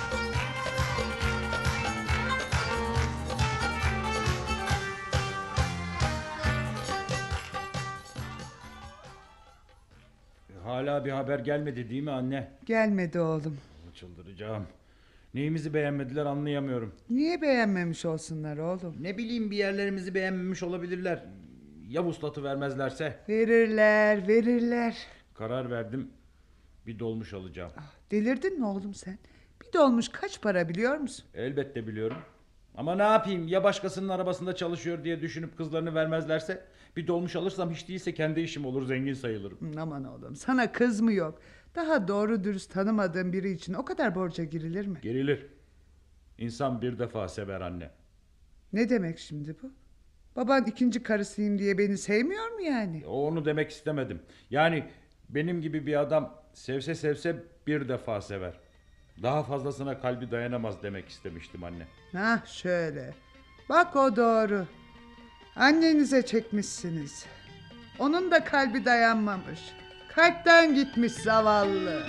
Hala bir haber gelmedi değil mi anne? Gelmedi oğlum. Çıldıracağım. Neyimizi beğenmediler anlayamıyorum. Niye beğenmemiş olsunlar oğlum? Ne bileyim bir yerlerimizi beğenmemiş olabilirler. Ya vuslatı vermezlerse? Verirler, verirler. Karar verdim. Bir dolmuş alacağım. Delirdin mi oğlum sen? Bir dolmuş kaç para biliyor musun? Elbette biliyorum. Ama ne yapayım ya başkasının arabasında çalışıyor diye düşünüp kızlarını vermezlerse? Bir dolmuş alırsam hiç değilse kendi işim olur, zengin sayılırım. Aman oğlum, sana kız mı yok? Daha doğru dürüst tanımadığın biri için o kadar borca girilir mi? Gerilir. İnsan bir defa sever anne. Ne demek şimdi bu? Baban ikinci karısıyım diye beni sevmiyor mu yani? Onu demek istemedim. Yani benim gibi bir adam sevse sevse bir defa sever. Daha fazlasına kalbi dayanamaz demek istemiştim anne. Hah şöyle. Bak o doğru. Annenize çekmişsiniz. Onun da kalbi dayanmamış. Kalpten gitmiş zavallı.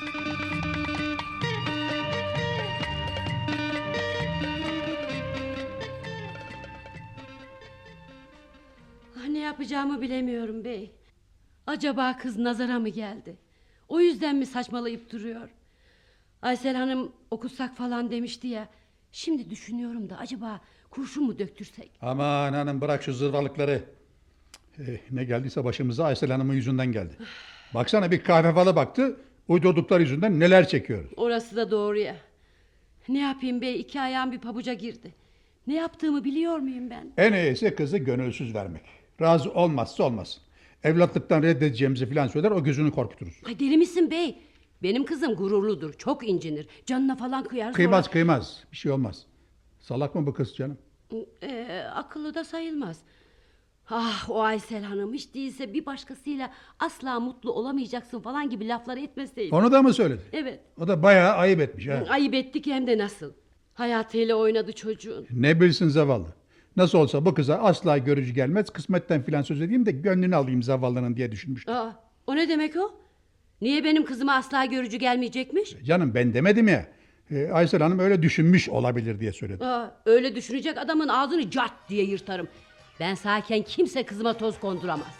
Ah, ne yapacağımı bilemiyorum bey. Acaba kız nazara mı geldi? O yüzden mi saçmalayıp duruyor? Aysel Hanım okusak falan demişti ya. Şimdi düşünüyorum da acaba kurşun mu döktürsek? Aman hanım bırak şu zırvalıkları. Eh, ne geldiyse başımıza Aysel Hanım'ın yüzünden geldi. Baksana bir kahve falı baktı. Uydurdukları yüzünden neler çekiyoruz. Orası da doğru ya. Ne yapayım bey, iki ayağım bir pabuca girdi. Ne yaptığımı biliyor muyum ben? En iyisi kızı gönülsüz vermek. Razı olmazsa olmaz. Evlatlıktan reddedeceğimizi filan söyler, o gözünü korkuturuz. Ay deli misin bey? Benim kızım gururludur, çok incinir. Canına falan kıyar Kıymaz sonra... kıymaz, bir şey olmaz. Salak mı bu kız canım? Ee, akıllı da sayılmaz. Ah o Aysel Hanım hiç değilse bir başkasıyla asla mutlu olamayacaksın falan gibi lafları etmeseydi. Onu da mı söyledi? Evet. O da bayağı ayıp etmiş ha. Ayıp etti ki hem de nasıl. Hayatıyla oynadı çocuğun. Ne bilsin zavallı. Nasıl olsa bu kıza asla görücü gelmez. Kısmetten filan söz edeyim de gönlünü alayım zavallının diye düşünmüştüm. Aa, o ne demek o? Niye benim kızıma asla görücü gelmeyecekmiş? Canım ben demedim ya. E, Aysel Hanım öyle düşünmüş olabilir diye söyledim. Aa, öyle düşünecek adamın ağzını cart diye yırtarım. Ben sağken kimse kızıma toz konduramaz.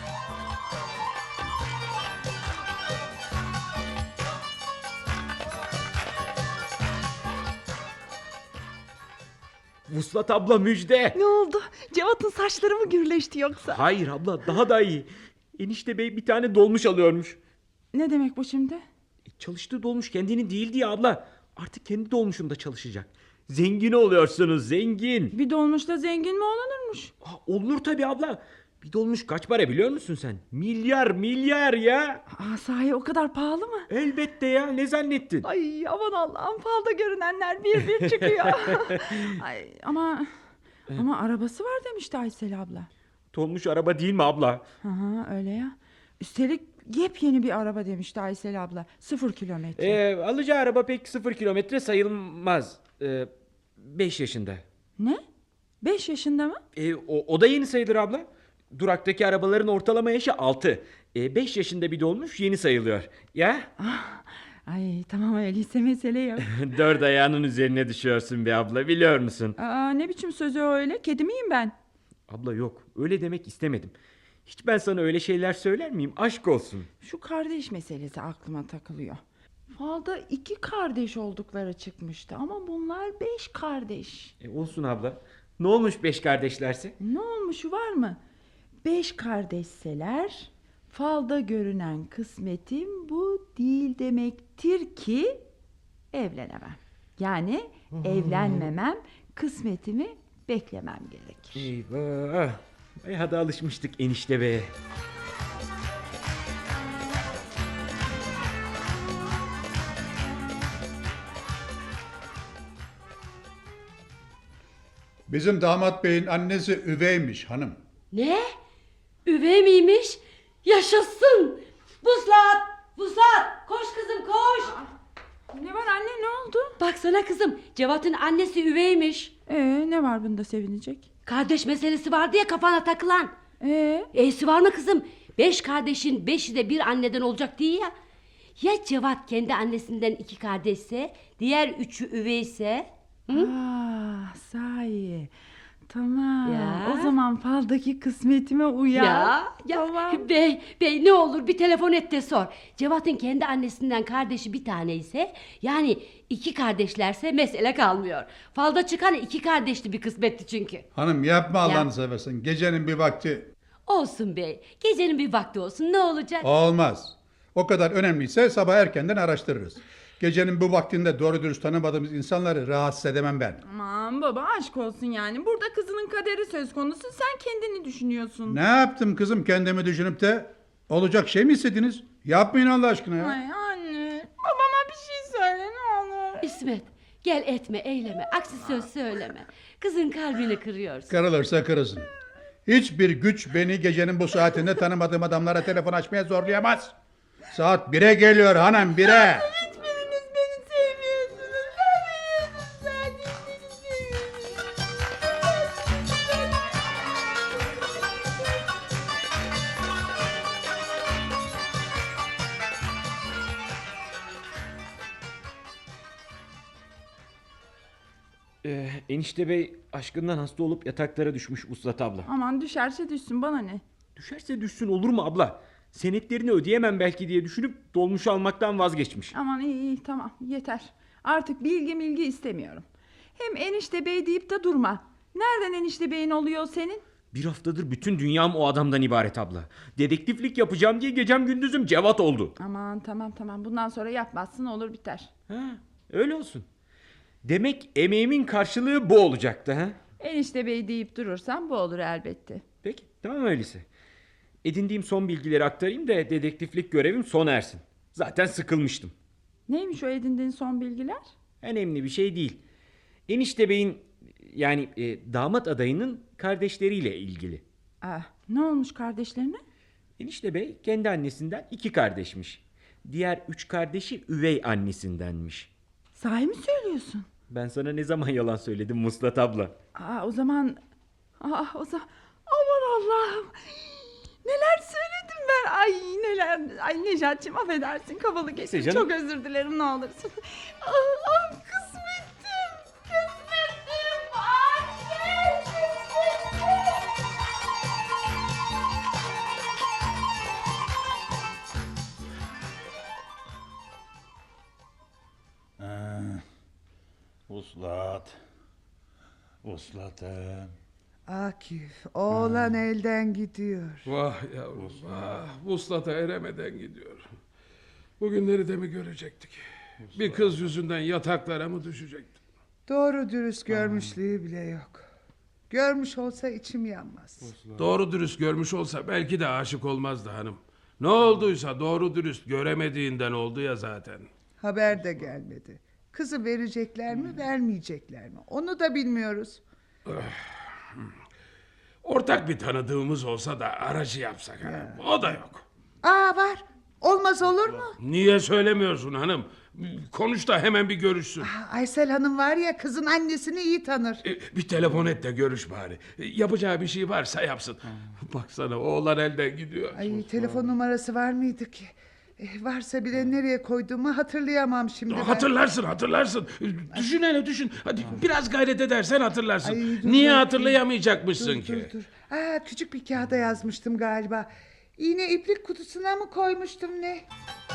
Vuslat abla müjde. Ne oldu? Cevat'ın saçları mı gürleşti yoksa? Hayır abla, daha da iyi. Enişte bey bir tane dolmuş alıyormuş. Ne demek bu şimdi? E, çalıştığı dolmuş kendini değil diye abla. Artık kendi dolmuşunda çalışacak. Zengin oluyorsunuz, zengin. Bir dolmuşta zengin mi olunurmuş? Aa, olur tabii abla. Bir dolmuş kaç para biliyor musun sen? Milyar milyar ya. Aa, sahi o kadar pahalı mı? Elbette ya, ne zannettin? Ay aman Allah'ım, falda görünenler bir bir çıkıyor. Ay, ama ama arabası var demişti Aysel abla. Dolmuş araba değil mi abla? Hı hı, öyle ya. Üstelik yepyeni bir araba demişti Aysel abla. Sıfır kilometre. Ee, alacağı araba pek sıfır kilometre sayılmaz. Ee, beş yaşında. Ne? Beş yaşında mı? Ee, o, o da yeni sayılır abla. Duraktaki arabaların ortalama yaşı altı. Ee, beş yaşında bir dolmuş yeni sayılıyor. Ya? Ah, ay tamam öyleyse mesele yok. Dört ayağının üzerine düşüyorsun be abla, biliyor musun? Aa, ne biçim sözü o öyle? Kedi miyim ben? Abla yok, öyle demek istemedim. Hiç ben sana öyle şeyler söyler miyim? Aşk olsun. Şu kardeş meselesi aklıma takılıyor. Falda iki kardeş oldukları çıkmıştı ama bunlar beş kardeş. E, olsun abla. Ne olmuş beş kardeşlerse? Ne olmuş var mı? Beş kardeşseler falda görünen kısmetim bu değil demektir ki evlenemem. Yani evlenmemem, kısmetimi beklemem gerekir. Eyvah. Bayağı da alışmıştık enişte beye. Bizim damat beyin annesi üveymiş hanım. Ne? Üvey miymiş? Yaşasın! Vuslat! Vuslat! Koş kızım koş! Ne var anne, ne oldu? Baksana kızım, Cevat'ın annesi üveymiş. Ee, ne var bunda sevinecek? Kardeş meselesi vardı ya kafana takılan. Ee? E'si var mı kızım? Beş kardeşin beşi de bir anneden olacak diye ya. Ya Cevat kendi annesinden iki kardeşse, diğer üçü üveyse? Hı? Ah, sahi. Tamam. Ya. O zaman faldaki kısmetime uyar. Ya, ya Tamam. bey, bey ne olur bir telefon et de sor. Cevat'ın kendi annesinden kardeşi bir tane ise, yani iki kardeşlerse mesele kalmıyor. Falda çıkan iki kardeşli bir kısmetti çünkü. Hanım yapma Allah'ını Ya. seversen. Gecenin bir vakti Olsun bey, gecenin bir vakti olsun, ne olacak? olmaz. O kadar önemliyse sabah erkenden araştırırız. Gecenin bu vaktinde doğru dürüst tanımadığımız insanları rahatsız edemem ben. Aman baba aşk olsun yani. Burada kızının kaderi söz konusu. Sen kendini düşünüyorsun. Ne yaptım kızım kendimi düşünüp de? Olacak şey mi istediniz? Yapmayın Allah aşkına ya. Ay anne, babama bir şey söyle ne olur. İsmet, gel etme, eyleme, aksi söz söyleme. Kızın kalbini kırıyorsun. Kırılırsa kırılsın. Hiçbir güç beni gecenin bu saatinde tanımadığım adamlara telefon açmaya zorlayamaz. Saat bire geliyor hanım, bire. Hiçbiriniz beni sevmiyorsunuz. Ben beni seviyorum. Ee, enişte bey aşkından hasta olup yataklara düşmüş Vuslat abla. Aman düşerse düşsün, bana ne? Düşerse düşsün olur mu abla? Senetlerini ödeyemem belki diye düşünüp dolmuş almaktan vazgeçmiş. Aman iyi iyi tamam yeter. Artık bilgi milgi istemiyorum. Hem enişte bey deyip de durma. Nereden enişte beyin oluyor senin? Bir haftadır bütün dünyam o adamdan ibaret abla. Dedektiflik yapacağım diye gecem gündüzüm Cevat oldu. Aman tamam tamam, bundan sonra yapmazsın, olur biter. Ha, öyle olsun. Demek emeğimin karşılığı bu olacaktı ha? Enişte bey deyip durursan bu olur elbette. Peki tamam öyleyse. Edindiğim son bilgileri aktarayım da dedektiflik görevim sona ersin. Zaten sıkılmıştım. Neymiş o edindiğin son bilgiler? Önemli bir şey değil. Enişte beyin yani e, damat adayının kardeşleriyle ilgili. Ah, ne olmuş kardeşlerine? Enişte bey kendi annesinden iki kardeşmiş. Diğer üç kardeşi üvey annesindenmiş. Sahi mi söylüyorsun? Ben sana ne zaman yalan söyledim Muslat abla? Aa, o zaman... Aa, o zaman... Aman Allah'ım! Neler söyledim ben! Ay neler... Ay Necat'cığım affedersin, kafalı geçtim. Neyse canım. Çok özür dilerim, ne olursun. Ah, ah kısmetim! Kısmetim! Anne! Ha, Vuslat. Vuslat'ım. Akif, oğlan elden gidiyor. Vah yavrum vah. Vuslata eremeden gidiyor. Bugünleri de mi görecektik? Bir kız yüzünden yataklara mı düşecektim? Doğru dürüst görmüşlüğü bile yok. Görmüş olsa içim yanmaz. Doğru dürüst görmüş olsa belki de aşık olmazdı hanım. Ne olduysa doğru dürüst göremediğinden oldu ya zaten. Haber de gelmedi. Kızı verecekler mi, vermeyecekler mi? Onu da bilmiyoruz. Ortak bir tanıdığımız olsa da aracı yapsak hanım. O da yok. Aa var. Olmaz olur mu? Niye söylemiyorsun hanım? Konuş da hemen bir görüşsün. Aa, Aysel Hanım var ya, kızın annesini iyi tanır. E, bir telefon et de görüş bari. E, yapacağı bir şey varsa yapsın. Baksana oğlan elden gidiyor. Ay, telefon numarası var mıydı ki? E, varsa bile nereye koyduğumu hatırlayamam şimdi ben. Hatırlarsın hatırlarsın. E, Düşün hele düşün. Hadi biraz gayret edersen hatırlarsın. Ay, dur, Niye dur, hatırlayamayacakmışsın dur, ki? Dur, dur. Aa, küçük bir kağıda yazmıştım galiba. İğne iplik kutusuna mı koymuştum ne?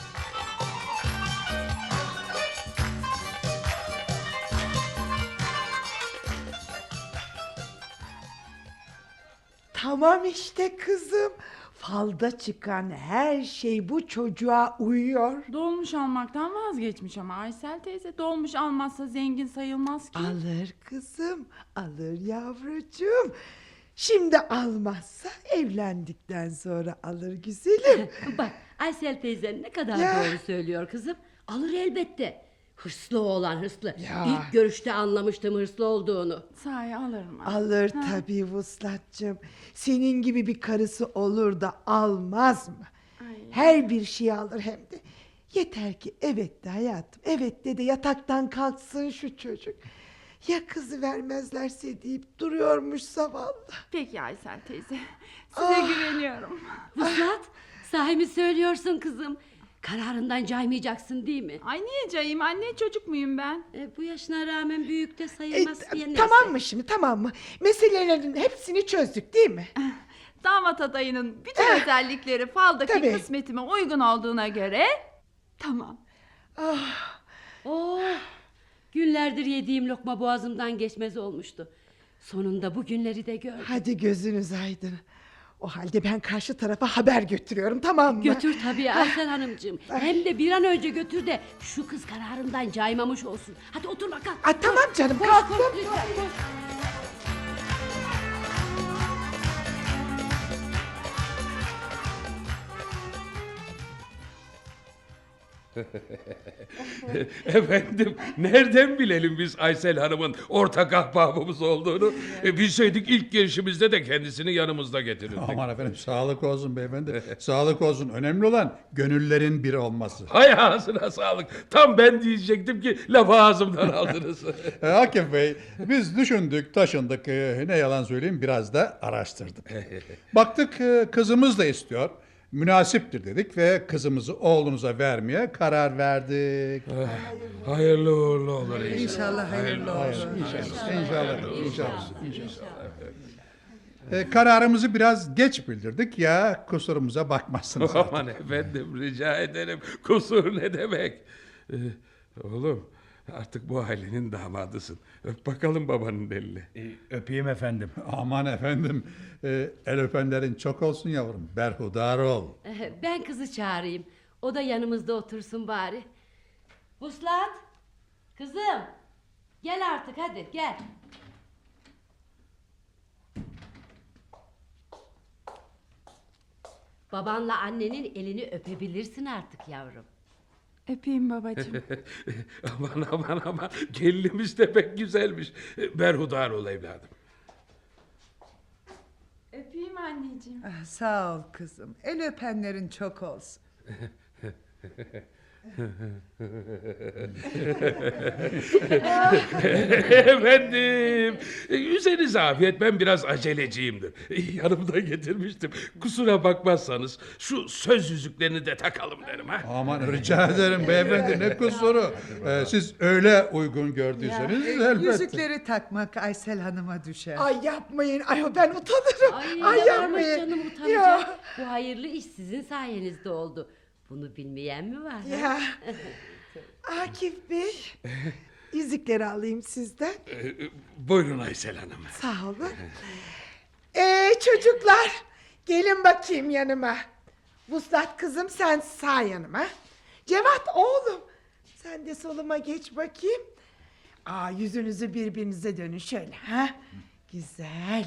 Tamam işte kızım. Falda çıkan her şey bu çocuğa uyuyor. Dolmuş almaktan vazgeçmiş ama Aysel teyze. Dolmuş almazsa zengin sayılmaz ki. Alır kızım, alır yavrucuğum. Şimdi almazsa evlendikten sonra alır güzelim. Bak Aysel teyzen ne kadar Ya. doğru söylüyor kızım. Alır elbette. Hırslı oğlan hırslı. Ya. İlk görüşte anlamıştım hırslı olduğunu. Sahi alırım. Alır tabii Vuslatcığım. Senin gibi bir karısı olur da almaz mı? Her bir şeyi alır hem de. Yeter ki evet de hayatım, evet de de yataktan kalksın şu çocuk. Ya kızı vermezlerse deyip duruyormuş zavallı. Peki Aysel teyze. Size güveniyorum. Vuslat sahi mi söylüyorsun kızım? Kararından caymayacaksın değil mi? Ay niye cayayım anne, çocuk muyum ben? E, bu yaşına rağmen büyük de E, sayılmaz diye neyse. tamam mı şimdi, tamam mı? Meselelerin hepsini çözdük değil mi? Damat adayının bütün özellikleri faldaki tabii. kısmetime uygun olduğuna göre tamam. Ah, Oh, günlerdir yediğim lokma boğazımdan geçmez olmuştu. Sonunda bu günleri de gördüm. hadi gözünüz aydın. O halde ben karşı tarafa haber götürüyorum, tamam mı? Götür tabii Aysel Hanımcığım. Hem de bir an önce götür de şu kız kararından caymamış olsun. Hadi otur bakalım. Aa, tamam canım, Koş, kalktım. koş, lütfen, koş. Efendim, nereden bilelim biz Aysel Hanım'ın ortak ahbabımız olduğunu? E, bilseydik ilk gelişimizde de kendisini yanımızda getirirdik. Aman efendim, sağlık olsun beyefendi. Sağlık olsun. Önemli olan gönüllerin bir olması. Hay ağzına sağlık. Tam ben diyecektim ki lafı ağzımdan aldınız. E, Akif Bey, biz düşündük, taşındık. E, ne yalan söyleyeyim, biraz da araştırdık. Baktık e, kızımız da istiyor. Münasiptir dedik ve kızımızı oğlunuza vermeye karar verdik. Hayırlı uğurlu olur inşallah. İnşallah hayırlı olsun. İnşallah, inşallah, inşallah. inşallah. E, kararımızı biraz geç bildirdik ya, kusurumuza bakmazsınız artık. Aman efendim, rica ederim. Kusur ne demek? Ee, oğlum, artık bu ailenin damadısın. Öp bakalım babanın elini. E, öpeyim efendim. Aman efendim, e, el öpenlerin çok olsun yavrum, berhudar ol. Eh, Ben kızı çağırayım. O da yanımızda otursun bari. Vuslat, kızım, gel artık hadi gel. Babanla annenin elini öpebilirsin artık yavrum. Öpeyim babacığım. Aman aman aman, gelinimiz de pek güzelmiş. Berhudar ol evladım. Öpeyim anneciğim. Ah, sağ ol kızım. El öpenlerin çok olsun. Efendim, üzerinize afiyet, ben biraz aceleciyimdir. Yanımda getirmiştim. Kusura bakmazsanız şu söz yüzüklerini de takalım derim ha. Aman rica ederim beyefendi, ne kusuru. E, siz öyle uygun gördüyseniz E, elbette. yüzükleri takmak Aysel Hanım'a düşer. Ay yapmayın. Ay ben utanırım. Ay, Ay, ne varmış yapmayın. canım utanacak. Ya. Bu hayırlı iş sizin sayenizde oldu. Bunu bilmeyen mi var? ha? Ya. Akif Bey. Yüzükleri alayım sizden. Ee, buyurun Aysel Hanım. Sağ olun. Ee, çocuklar gelin bakayım yanıma. Vuslat kızım sen sağ yanıma. Cevat oğlum sen de soluma geç bakayım. Aa, yüzünüzü birbirinize dönün şöyle. Ha? Güzel.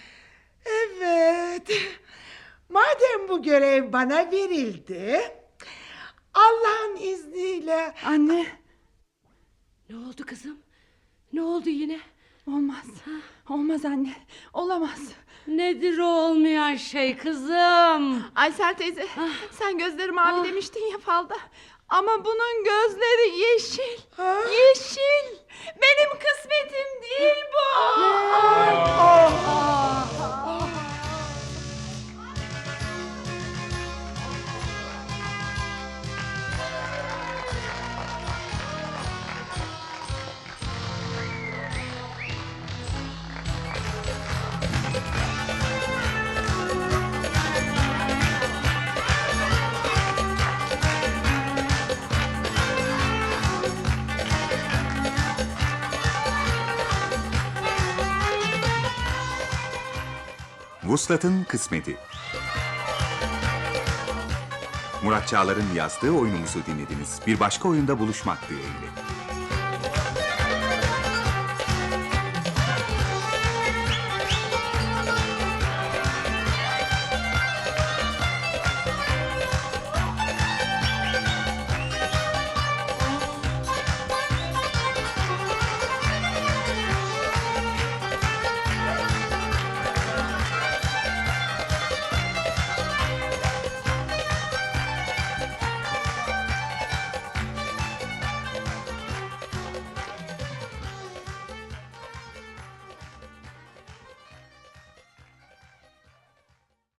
Evet. Madem bu görev bana verildi, Allah'ın izniyle... Anne, Ne oldu kızım? Ne oldu yine? olmaz. Olmaz anne, olamaz. Nedir o olmayan şey kızım? Aysel teyze, sen gözleri mavi demiştin ya falda. Ama bunun gözleri yeşil. Yeşil. Benim kısmetim değil bu. Vuslat'ın Kısmeti. Murat Çağlar'ın yazdığı oyunumuzu dinlediniz. Bir başka oyunda buluşmak dileğiyle.